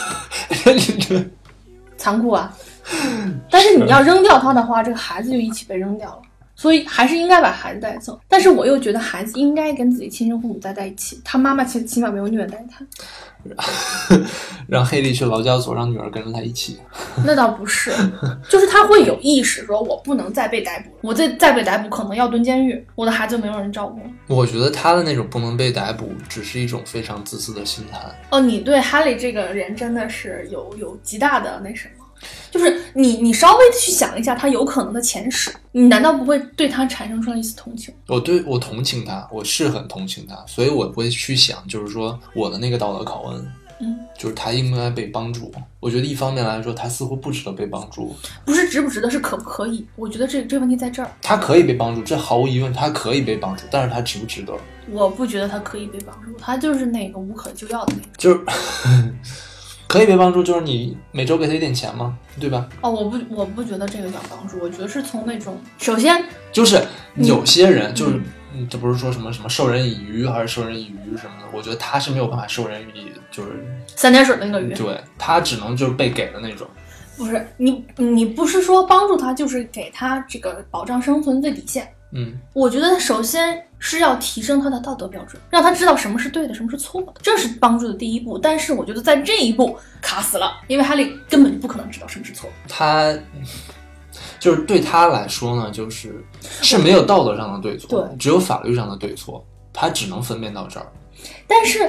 残酷啊！但是你要扔掉他的话，这个孩子就一起被扔掉了。所以还是应该把孩子带走，但是我又觉得孩子应该跟自己亲生父母在一起，他妈妈起码没有虐待他。让黑莉去劳教所，让女儿跟着他一起。那倒不是，就是他会有意识说我不能再被逮捕，我再被逮捕可能要蹲监狱，我的孩子没有人照顾。我觉得他的那种不能被逮捕只是一种非常自私的心态。你对哈利这个人真的是有极大的那什么，就是你稍微去想一下他有可能的前史，你难道不会对他产生出一丝同情？我同情他，我是很同情他，所以我会去想，就是说我的那个道德拷问，就是他应该被帮助。我觉得一方面来说，他似乎不值得被帮助，不是值不值得，是可不可以。我觉得这问题在这儿，他可以被帮助，这毫无疑问，他可以被帮助，但是他值不值得？我不觉得他可以被帮助，他就是那个无可救药的那个，就是可以被帮助，就是你每周给他一点钱吗？对吧？我不觉得这个叫帮助，我觉得是从那种，首先就是有些人就是这不是说什么授人以鱼还是授人以渔什么的，我觉得他是没有办法授人以就是三点水的那个鱼，对，他只能就是被给的那种。不是你不是说帮助他，就是给他这个保障生存最底线。我觉得首先是要提升他的道德标准，让他知道什么是对的，什么是错的，这是帮助的第一步。但是我觉得在这一步卡死了，因为哈利根本就不可能知道什么是错。他就是对他来说呢，是没有道德上的对错，只有法律上的对错，他只能分辨到这儿。但是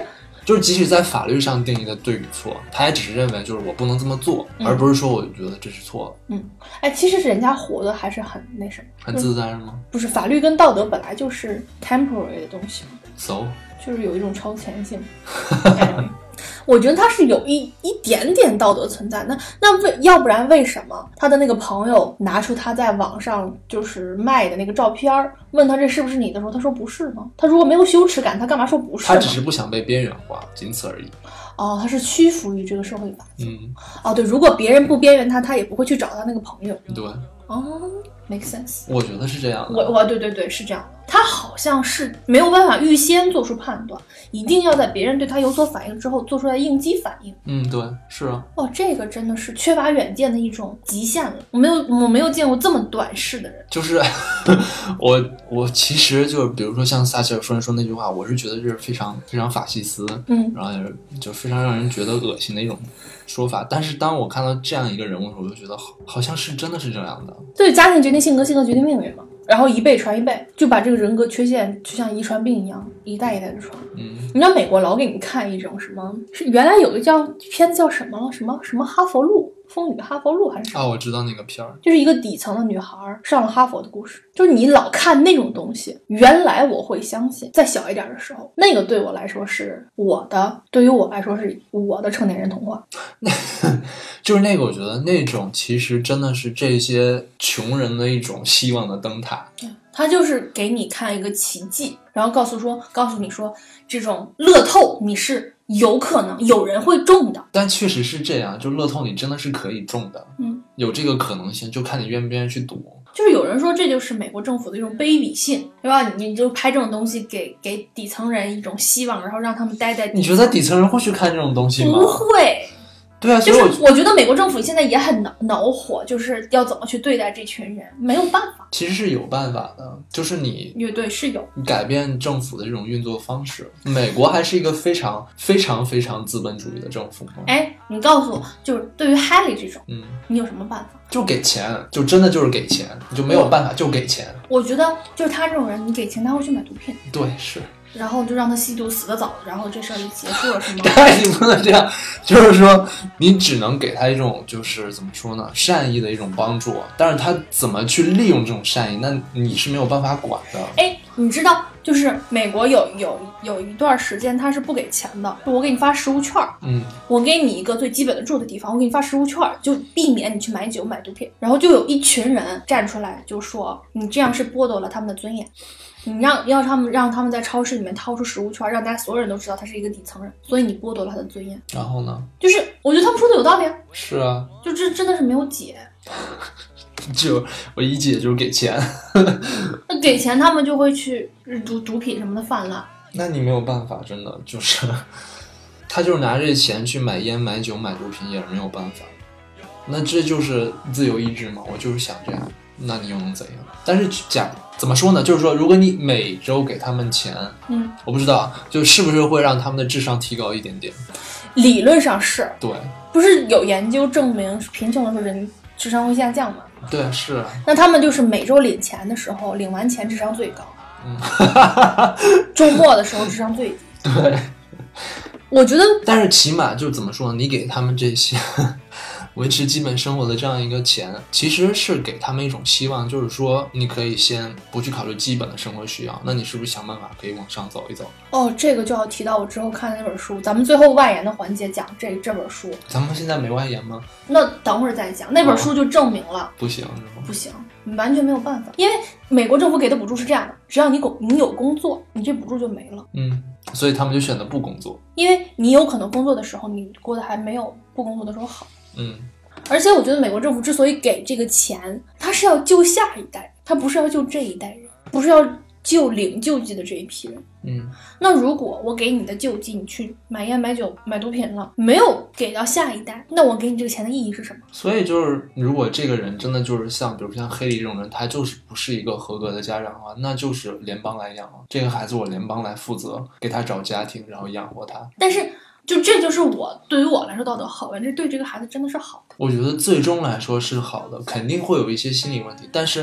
就是即使在法律上定义的对与错，他也只是认为就是我不能这么做，而不是说我觉得这是错的。 其实人家活的还是很那什么， 很自在是吗？ 不是，法律跟道德本来就是 temporary 的东西嘛 ，so 就是有一种超前性。我觉得他是有一点点道德存在，要不然为什么他的那个朋友拿出他在网上就是卖的那个照片，问他这是不是你的时候，他说不是呢？他如果没有羞耻感，他干嘛说不是呢？ 他只是不想被边缘化，仅此而已。 他是屈服于这个社会法则。对，如果别人不边缘他，他也不会去找他那个朋友。 对。 make sense。 我觉得是这样的。 对，是这样的。他好像是没有办法预先做出判断，一定要在别人对他有所反应之后做出来应激反应。 对，是啊。 这个真的是缺乏远见的一种极限了。我没有见过这么短视的人。 就是我其实就是比如说像撒切尔夫人说那句话，我是觉得这是非常非常法西斯，然后也是就非常让人觉得恶心的一种说法。但是当我看到这样一个人物的时候，我就觉得好像是真的是这样的。 对，家庭决定性格，性格决定命运嘛。然后一辈传一辈，就把这个人格缺陷就像遗传病一样，一代一代的传。你知道美国老给你看一种什么？是原来有个片子叫什么了？什么哈佛路。风雨哈佛路还是我知道那个片儿， 就是一个底层的女孩上了哈佛的故事。就是你老看那种东西，原来我会相信，再小一点的时候，那个对我来说是对于我来说是我的成年人童话。 就是那个，我觉得那种其实真的是这些穷人的一种希望的灯塔。 他就是给你看一个奇迹，然后告诉你说这种乐透你是有可能有人会中的。 但确实是这样，就乐透你真的是可以中的，有这个可能性，就看你愿不愿意去赌。 就是有人说这就是美国政府的一种卑鄙性，对吧？你就拍这种东西给底层人一种希望，然后让他们待在底层。 你觉得底层人会去看这种东西吗？ 不会。 对啊， 就是我觉得美国政府现在也很恼火，就是要怎么去对待这群人，没有办法。 其实是有办法的，就是你对是有改变政府的这种运作方式。美国还是一个非常非常非常资本主义的政府吗？ 你告诉我，就是对于 Haley 这种，你有什么办法？ 就给钱，就真的就是给钱，你就没有办法，就给钱。 我觉得就是他这种人，你给钱他会去买毒品。 对，是。 然后就让他吸毒死得早，然后这事儿就结束了，是吗？ 但你不能这样，就是说你只能给他一种就是怎么说呢，善意的一种帮助，但是他怎么去利用这种善意，那你是没有办法管的。 你知道，就是美国有一段时间他是不给钱的，就我给你发食物券，我给你一个最基本的住的地方，我给你发食物券，就避免你去买酒买毒品。然后就有一群人站出来就说，你这样是剥夺了他们的尊严。你让他们在超市里面掏出食物券，让大家所有人都知道他是一个底层人，所以你剥夺了他的尊严。 然后呢？就是我觉得他们说的有道理啊。 是啊， 就这真的是没有解。 就我一解就是给钱。 那给钱他们就会去毒品什么的泛滥。 那你没有办法，真的就是他就是拿这钱去买烟买酒买毒品也是没有办法。那这就是自由意志嘛，我就是想这样，那你又能怎样？但是怎么说呢，就是说如果你每周给他们钱，我不知道就是不是会让他们的智商提高一点点。 理论上是。对，不是有研究证明贫穷的时候人智商会下降吗？ 对，是。 那他们就是每周领钱的时候，领完钱智商最高，周末的时候智商最低。 对， 我觉得， 但是起码就怎么说呢，你给他们这些维持基本生活的这样一个钱，其实是给他们一种希望，就是说你可以先不去考虑基本的生活需要，那你是不是想办法可以往上走一走？ 这个就要提到我之后看的那本书，咱们最后外延的环节讲这本书。 咱们现在没外延吗？ 那等会儿再讲。那本书就证明了， 不行是吗？ 不行，你完全没有办法，因为美国政府给的补助是这样的，只要你有工作，你这补助就没了。 所以他们就选择不工作， 因为你有可能工作的时候，你过得还没有不工作的时候好。而且我觉得美国政府之所以给这个钱，他是要救下一代，他不是要救这一代人，不是要救领救济的这一批人。那如果我给你的救济，你去买烟买酒买毒品了，没有给到下一代，那我给你这个钱的意义是什么？ 所以就是如果这个人真的就是比如像黑莉这种人，他就是不是一个合格的家长的话，那就是联邦来养了这个孩子，我联邦来负责给他找家庭，然后养活他。 但是这就是对于我来说道德好吧，这对这个孩子真的是好的。 我觉得最终来说是好的，肯定会有一些心理问题，但是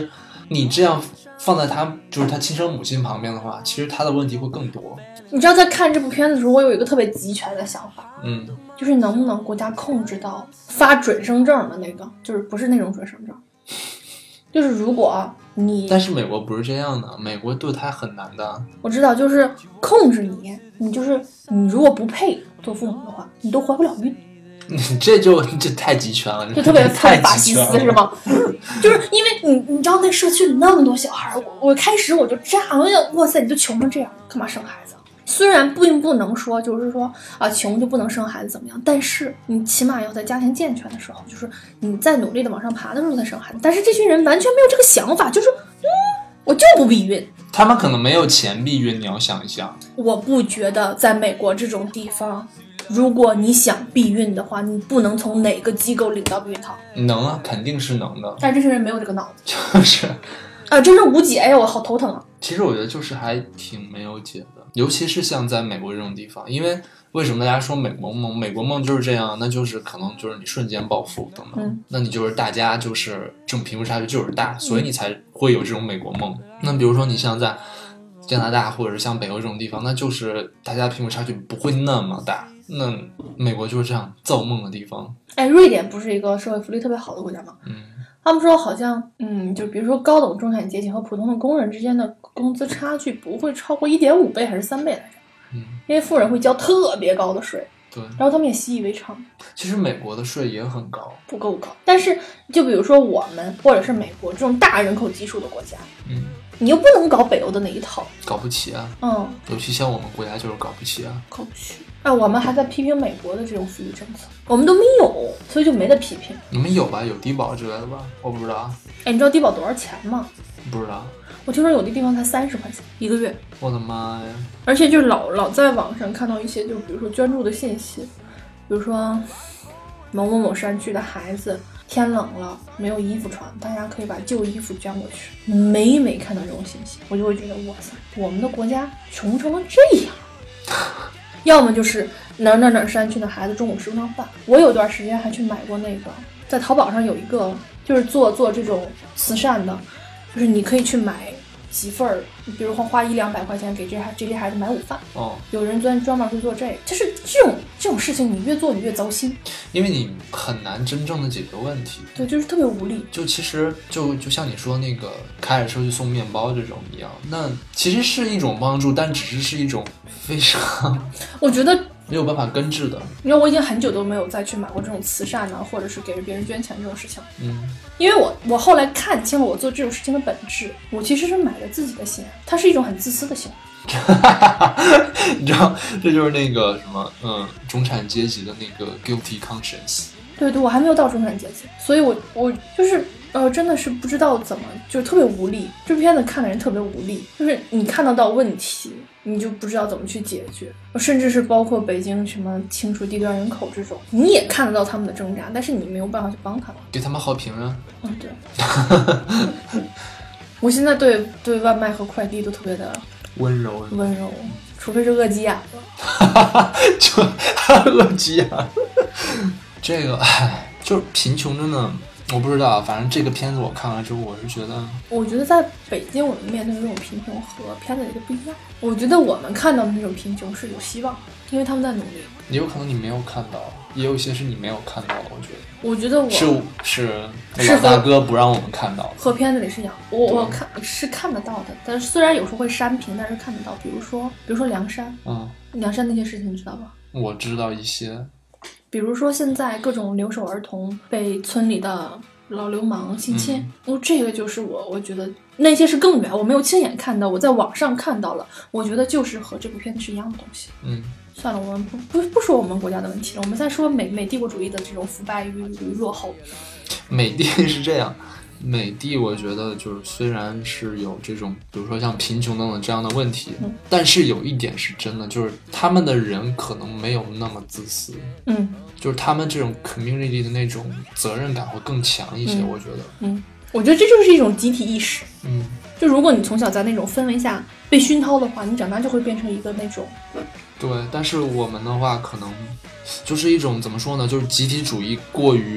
你这样放在他就是他亲生母亲旁边的话，其实他的问题会更多。 你知道在看这部片子的时候，我有一个特别极权的想法， 就是能不能国家控制到发准生证的那个，就是不是那种准生证，就是如果你， 但是美国不是这样的，美国堕胎很难的。 我知道，就是控制你就是你如果不配做父母的话，你都怀不了孕。 这太极权了， 就特别太法西斯是吗？就是因为你知道那社区里那么多小孩，我开始我就炸，我想哇塞，你就穷成这样，干嘛生孩子？虽然并不能说就是说啊穷就不能生孩子怎么样，但是你起码要在家庭健全的时候，就是你在努力的往上爬的时候再生孩子。但是这群人完全没有这个想法，就是我就不避孕。 他们可能没有钱避孕，你要想一想。 我不觉得在美国这种地方，如果你想避孕的话，你不能从哪个机构领到避孕套。 能啊，肯定是能的。 但是这群人没有这个脑子， 就是啊，真是无解呀！我好头疼啊。 其实我觉得就是还挺没有解的，尤其是像在美国这种地方，因为为什么大家说美国梦？美国梦就是这样，那就是可能就是你瞬间暴富等等，那你就是大家就是这种贫富差距就是大，所以你才会有这种美国梦。那比如说你像在加拿大或者是像北欧这种地方，那就是大家贫富差距不会那么大。那美国就是这样造梦的地方。 哎，瑞典不是一个社会福利特别好的国家吗？他们说好像就比如说高等中产阶级和普通的工人之间的工资差距不会超过 1.5 倍还是3倍来着。因为富人会交特别高的税。 对， 然后他们也习以为常。 其实美国的税也很高， 不够高。但是就比如说我们或者是美国这种大人口基数的国家，你又不能搞北欧的那一套， 搞不起啊。尤其像我们国家就是搞不起啊， 搞不起。我们还在批评美国的这种福利政策，我们都没有，所以就没得批评。 你们有吧？有低保之类的吧？我不知道。 哎，你知道低保多少钱吗？ 不知道。 我听说有的地方才30块钱一个月。 我的妈呀！ 而且就是老在网上看到一些，就比如说捐助的信息，比如说某某某山区的孩子天冷了没有衣服穿，大家可以把旧衣服捐过去。每每看到这种信息，我就会觉得哇塞，我们的国家穷成了这样。要么就是哪山区的孩子中午吃不上饭。我有段时间还去买过那个，在淘宝上有一个就是做这种慈善的，就是你可以去买几份儿，比如花100-200块钱给这些孩子买午饭。有人专门会做这个，就是这种事情，你越做你越糟心， 因为你很难真正的解决问题。 对，就是特别无力。 就其实就像你说那个开着车去送面包这种一样，那其实是一种帮助，但只是一种非常， 我觉得没有办法根治的。 你知道我已经很久都没有再去买过这种慈善啊，或者是给别人捐钱这种事情。因为我后来看清了我做这种事情的本质，我其实是买了自己的心安，它是一种很自私的行为。 你知道，这就是那个什么，中产阶级的那个 guilty conscience。 对，我还没有到中产阶级，所以我就是真的是不知道怎么，就是特别无力。这片子看的人特别无力，就是你看得到问题，你就不知道怎么去解决。甚至是包括北京什么清除低端人口这种，你也看得到他们的挣扎，但是你没有办法去帮他们， 给他们好评啊。 对。我现在对外卖和快递都特别的温柔， 除非是饿急眼了。 就饿急眼。这个就是贫穷真的，我不知道，反正这个片子我看完之后，我觉得在北京我们面对的这种贫穷和片子里的不一样。我觉得我们看到的那种贫穷是有希望，因为他们在努力。 也有可能你没有看到，也有一些是你没有看到的。 我觉得是老大哥不让我们看到的， 和片子里是一样。我看得到的，但是虽然有时候会删屏，但是看得到。比如说梁山，梁山那些事情你知道吧？ 我知道一些。 比如说现在各种留守儿童被村里的老流氓性侵，这个就是我觉得那些是更远，我没有亲眼看到，我在网上看到了，我觉得就是和这部片子是一样的东西。算了，我们不说我们国家的问题了，我们再说美帝国主义的这种腐败与落后。 美帝是这样，美帝我觉得就是虽然是有这种比如说像贫穷等等这样的问题，但是有一点是真的，就是他们的人可能没有那么自私。就是他们这种 community 的那种责任感会更强一些。我觉得这就是一种集体意识。就如果你从小在那种氛围下被熏陶的话，你长大就会变成一个那种。 对，但是我们的话可能就是一种怎么说呢，就是集体主义过于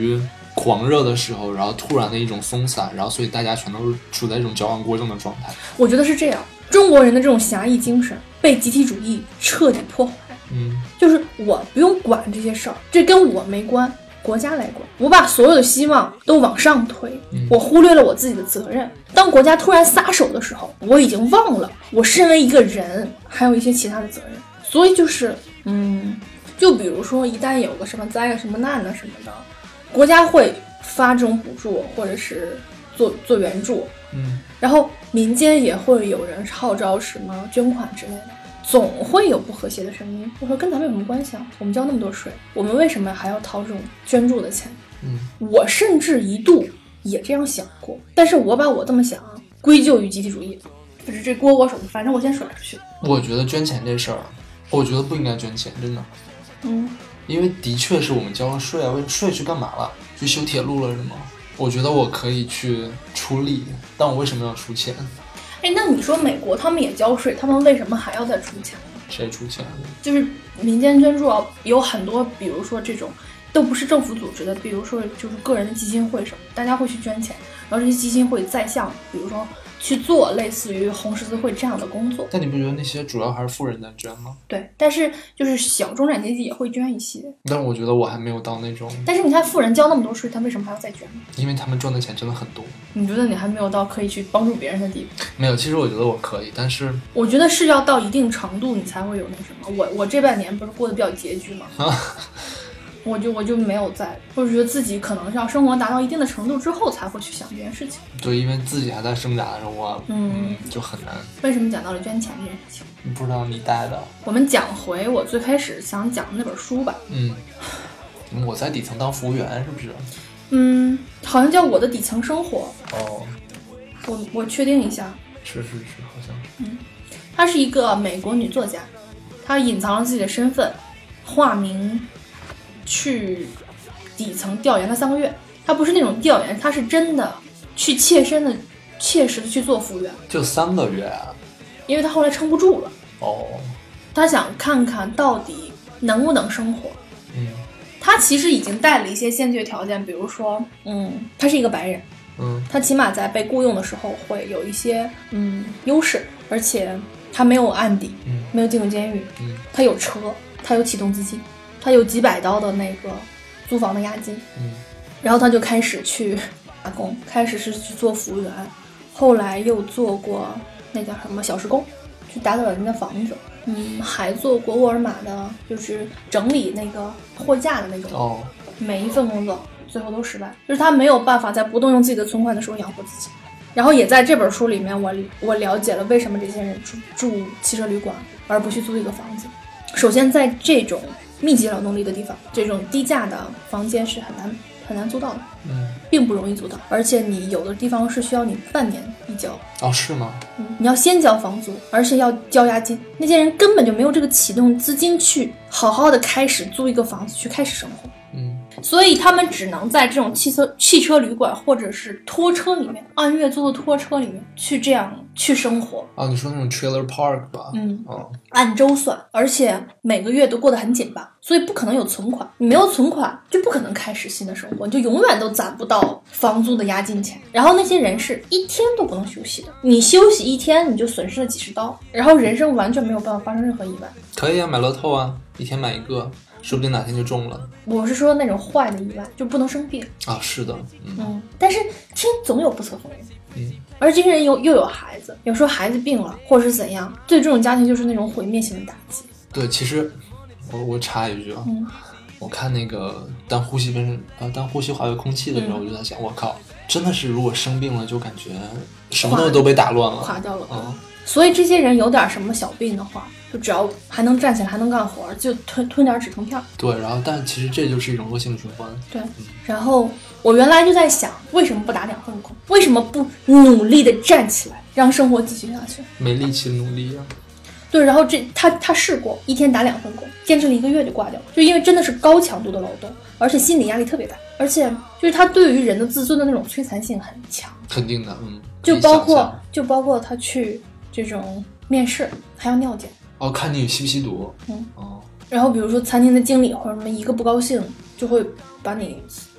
狂热的时候，然后突然的一种松散，然后所以大家全都是处在一种矫枉过正的状态。 我觉得是这样，中国人的这种侠义精神被集体主义彻底破坏。就是我不用管这些事儿，这跟我没关，国家来管。我把所有的希望都往上推，我忽略了我自己的责任。当国家突然撒手的时候，我已经忘了我身为一个人还有一些其他的责任。所以就是就比如说一旦有个什么灾啊什么难啊什么的，国家会发这种补助或者是做援助，然后民间也会有人号召什么捐款之类的，总会有不和谐的声音。我说跟咱们有什么关系啊？我们交那么多税，我们为什么还要掏这种捐助的钱？我甚至一度也这样想过，但是我把我这么想归咎于集体主义，就是这锅我手，反正我先甩出去。 我觉得捐钱这事儿，我觉得不应该捐钱，真的。因为的确是我们交了税啊，税去干嘛了？去修铁路了是吗？我觉得我可以去出力，但我为什么要出钱？ 那你说美国他们也交税，他们为什么还要再出钱呢？ 谁出钱？ 就是民间捐助有很多，比如说这种都不是政府组织的，比如说就是个人的基金会什么，大家会去捐钱，然后这些基金会再向比如说去做类似于红十字会这样的工作。 但你不觉得那些主要还是富人在捐吗？ 对，但是就是小中产阶级也会捐一些。 但是我觉得我还没有到那种。 但是你看富人交那么多税，他为什么还要再捐呢？ 因为他们赚的钱真的很多。 你觉得你还没有到可以去帮助别人的地步？ 没有，其实我觉得我可以，但是我觉得是要到一定程度你才会有那什么。我这半年不是过得比较拮据吗？我就没有在，我觉得自己可能是要生活达到一定的程度之后才会去想这件事情。 对，因为自己还在挣扎的时候，就很难。 为什么讲到了捐钱这件事情？ 不知道你带的。 我们讲回我最开始想讲的那本书吧。 我在底层当服务员是不是？ 好像叫《我的底层生活》。我确定一下。 是，好像。 她是一个美国女作家，她隐藏了自己的身份，化名去底层调研了3个月。她不是那种调研，她是真的去切实的去做服务员。 就3个月啊？ 因为她后来撑不住了。她想看看到底能不能生活。她其实已经带了一些先决条件，比如说，她是一个白人。他起码在被雇佣的时候会有一些优势，而且他没有案底，没有进入监狱，他有车，他有启动资金，他有几百刀的那个租房的押金，然后他就开始去打工，开始是去做服务员，后来又做过那叫什么小时工，去打扫人的房子，还做过沃尔玛的，就是整理那个货架的那种，每一份工作最后都失败，就是他没有办法在不动用自己的存款的时候养活自己。然后也在这本书里面我了解了为什么这些人住汽车旅馆而不去租一个房子。首先在这种密集劳动力的地方，这种低价的房间是很难租到的，并不容易租到，而且你有的地方是需要你半年一交。 是吗？ 你要先交房租，而且要交押金。那些人根本就没有这个启动资金去好好的开始租一个房子去开始生活。所以他们只能在这种汽车旅馆或者是拖车里面，按月租的拖车里面去这样去生活。 你说那种 trailer park 吧？ 按周算，而且每个月都过得很紧巴，所以不可能有存款。你没有存款，就不可能开始新的生活，你就永远都攒不到房租的押金钱。然后那些人是一天都不能休息的，你休息一天你就损失了几十刀，然后人生完全没有办法发生任何意外。 可以啊，买乐透啊，一天买一个。说不定哪天就中了。 我是说那种坏的意外，就不能生病是的， 但是天总有不测风云，而这些人又有孩子，有时候孩子病了或者是怎样，对这种家庭就是那种毁灭性的打击。 对，其实我插一句我看那个当呼吸化为空气的时候，我就在想，我靠，真的是如果生病了，就感觉什么都被打乱了， 垮掉了。所以这些人有点什么小病的话，就只要还能站起来还能干活，就吞点止疼片。 对，然后但其实这就是一种恶性循环。 对，然后我原来就在想，为什么不打2份工？为什么不努力的站起来，让生活继续下去？ 没力气努力啊。 对，然后他试过一天打2份工，坚持了1个月就挂掉，就因为真的是高强度的劳动，而且心理压力特别大，而且就是他对于人的自尊的那种摧残性很强。 肯定的， 就包括他去这种面试还要尿检。 看你吸不吸毒。 然后比如说餐厅的经理或者什么一个不高兴就会把你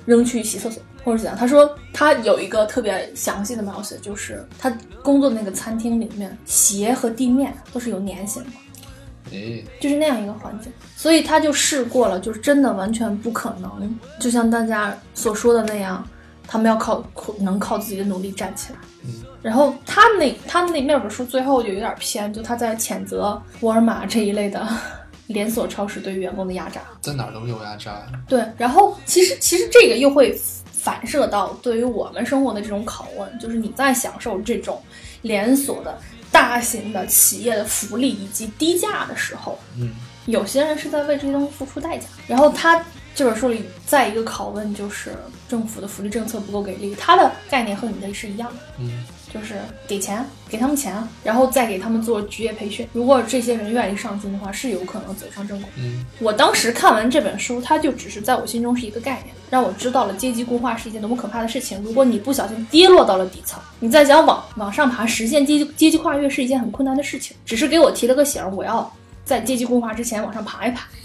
扔去洗厕所或者怎样。他说他有一个特别详细的描写，就是他工作的那个餐厅里面鞋和地面都是有粘性的，就是那样一个环境，所以他就试过了，就是真的完全不可能，就像大家所说的那样，他们要能靠自己的努力站起来。然后他那本书最后就有点偏，就他在谴责沃尔玛这一类的连锁超市对员工的压榨， 在哪儿都有压榨。 对，然后其实这个又会反射到对于我们生活的这种拷问，就是你在享受这种连锁的大型的企业的福利以及低价的时候，有些人是在为这些东西付出代价。然后他这本书里再一个拷问就是政府的福利政策不够给力，他的概念和你的是一样的，就是给钱，给他们钱，然后再给他们做职业培训。如果这些人愿意上进的话，是有可能走上正轨。我当时看完这本书，它就只是在我心中是一个概念，让我知道了阶级固化是一件多么可怕的事情。如果你不小心跌落到了底层，你再想往上爬，实现阶级跨越是一件很困难的事情。只是给我提了个醒，我要在阶级固化之前往上爬一爬。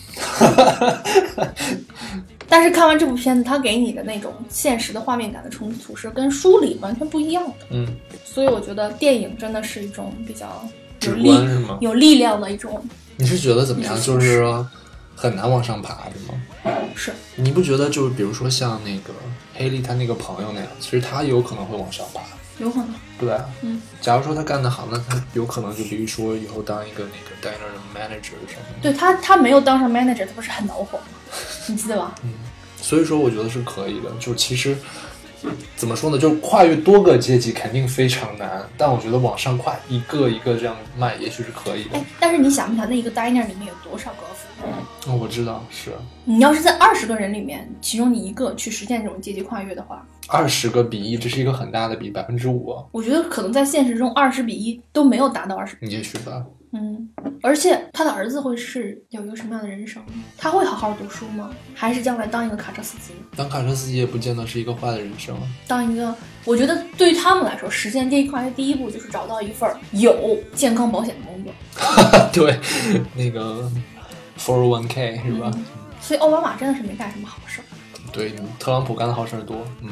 但是看完这部片子，它给你的那种现实的画面感的冲突是跟书里完全不一样的。所以我觉得电影真的是一种比较有力量的一种。 你是觉得怎么样？就是说很难往上爬，是吗？ 是。 你不觉得就是比如说像那个黑莉她那个朋友那样，其实她有可能会往上爬。 有可能， 对吧？假如说他干得好，那他有可能就比如说以后当一个那个 diner 的 manager 什么的。 对，他没有当上 manager， 他不是很恼火吗？你记得吧？ 所以说我觉得是可以的。就其实怎么说呢，就跨越多个阶级肯定非常难，但我觉得往上跨一个一个这样迈，也许是可以的。 但是你想不想，那一个 diner 里面有多少个服务员？ 我知道是。 你要是在20个人里面，其中你一个去实现这种阶级跨越的话 ，20个比1，这是一个很大的比5%。 我觉得可能在现实中20比1都没有达到20。 也许吧。 而且他的儿子会是有一个什么样的人生？他会好好读书吗？还是将来当一个卡车司机？ 当卡车司机也不见得是一个坏的人生。 当一个，我觉得对于他们来说，实现阶级跨越第一步就是找到一份有健康保险的工作。 对，那个 401k 是吧？ 所以奥巴马真的是没干什么好事。 对，特朗普干的好事多。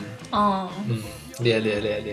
列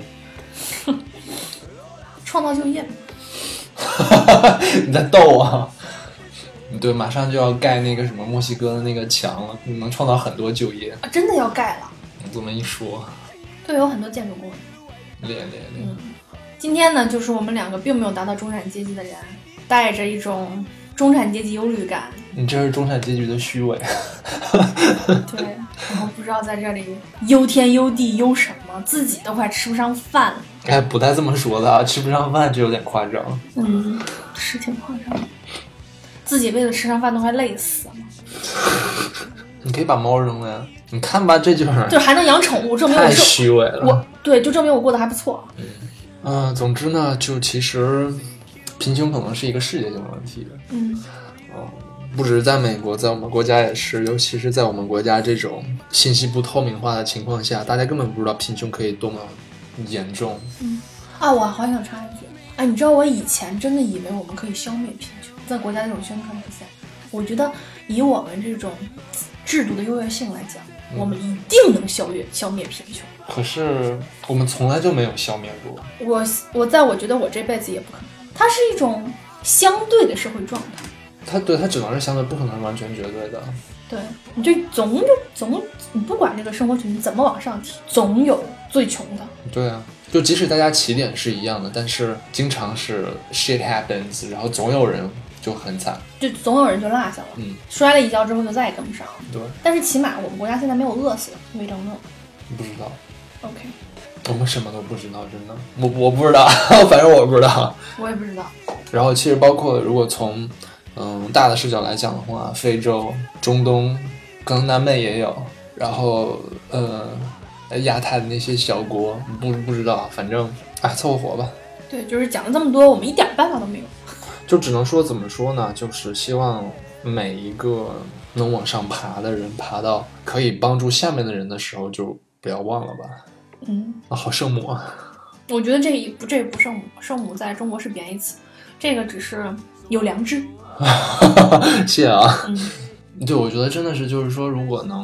创造就业。 你在逗啊？对，马上就要盖那个什么墨西哥的那个墙了，能创造很多就业。 真的要盖了？ 这么一说， 对，有很多建筑工人。 列。 今天呢，就是我们两个并没有达到中产阶级的人，带着一种中产阶级忧虑感。 你这是中产阶级的虚伪。 对，然后不知道在这里忧天忧地忧什么，自己都快吃不上饭了。 不带这么说的，吃不上饭就有点夸张。 是挺夸张的。自己为了吃上饭都快累死了。 你可以把猫扔了呀。你看吧，这就是还能养宠物，证明我太虚伪了。 对，就证明我过得还不错。 总之呢，就其实贫穷可能是一个世界性的问题。不只是在美国，在我们国家也是，尤其是在我们国家这种信息不透明化的情况下，大家根本不知道贫穷可以多么严重。 我好想插一句，你知道我以前真的以为我们可以消灭贫穷，在国家这种宣传之下，我觉得以我们这种制度的优越性来讲，我们一定能消灭贫穷。 可是我们从来就没有消灭过。 我觉得我这辈子也不可能。它是一种相对的社会状态。它只能是相对，不可能完全绝对的。 对，你就总你不管这个生活水平怎么往上提，总有最穷的。 对啊，就即使大家起点是一样的，但是经常是 shit happens， 然后总有人就很惨， 就总有人就落下了。摔了一跤之后就再也跟不上了。 对， 但是起码我们国家现在没有饿死魏征肉。 不知道。 OK， 我们什么都不知道，真的。我不知道，反正我不知道。 我也不知道。 然后其实包括如果从大的视角来讲的话，非洲、中东，可能南美也有，然后亚太的那些小国，不知道，反正凑合活吧。 对，就是讲了这么多，我们一点办法都没有。 就只能说怎么说呢？就是希望每一个能往上爬的人，爬到可以帮助下面的人的时候，就不要忘了吧。好圣母啊！ 我觉得这不圣母，圣母在中国是贬义词，这个只是有良知。 谢啊。对，我觉得真的是，就是说，如果能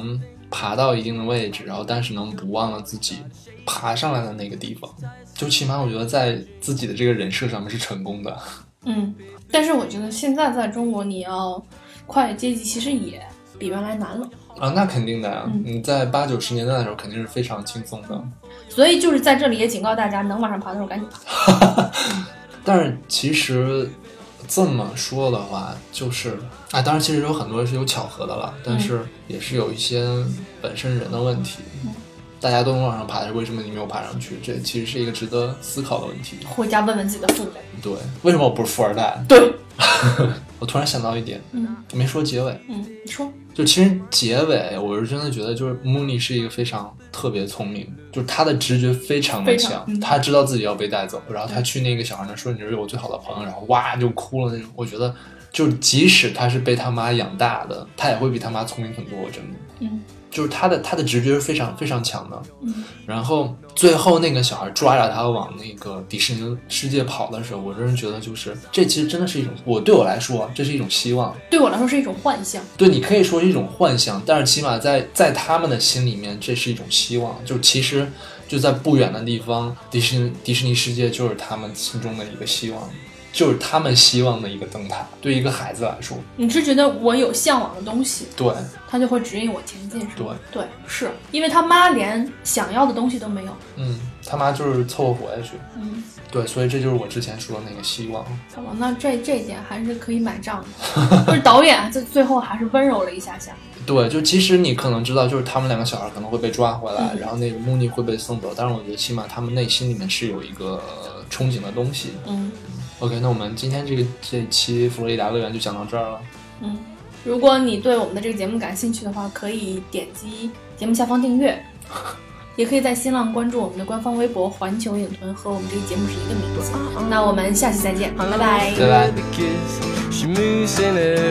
爬到一定的位置，然后但是能不忘了自己爬上来的那个地方，就起码我觉得在自己的这个人设上面是成功的。 但是我觉得现在在中国你要跨越阶级其实也比原来难了啊，那肯定的呀，你在80、90年代的时候肯定是非常轻松的。 所以就是在这里也警告大家，能往上爬的时候赶紧爬。 但是其实这么说的话，就是当然其实有很多是有巧合的了，但是也是有一些本身人的问题。大家都能往上爬，为什么你没有爬上去？这其实是一个值得思考的问题。 回家问问自己的父母。 对，为什么我不是富二代？ 对。 我突然想到一点，我没说结尾。 你说。 就其实结尾，我是真的觉得，就是穆尼是一个非常特别聪明，就是他的直觉非常的强，他知道自己要被带走，然后他去那个小孩那说你是我最好的朋友，然后哇就哭了那种。我觉得，就即使他是被他妈养大的，他也会比他妈聪明很多，真的。就是他的直觉是非常非常强的。然后最后那个小孩抓着他往那个迪士尼世界跑的时候，我真是觉得就是这其实真的是一种，对我来说这是一种希望， 对我来说是一种幻象。 对，你可以说是一种幻象，但是起码在他们的心里面这是一种希望。就其实就在不远的地方，迪士尼世界就是他们心中的一个希望，就是他们希望的一个灯塔。对一个孩子来说， 你是觉得我有向往的东西， 对， 他就会指引我前进，是吗？ 对，是因为他妈连想要的东西都没有， 他妈就是凑合活下去，对，所以这就是我之前说的那个希望。 好吧，那这一点还是可以买账的，就是导演最后还是温柔了一下下。 对，就其实你可能知道，就是他们两个小孩可能会被抓回来，然后那个穆尼会被送走，但是我觉得起码他们内心里面是有一个憧憬的东西。OK， 那我们今天这一期佛罗里达乐园就讲到这儿了。 如果你对我们的这个节目感兴趣的话，可以点击节目下方订阅，也可以在新浪关注我们的官方微博环球影屯，和我们这个节目是一个名字。那我们下期再见，拜拜。 拜拜。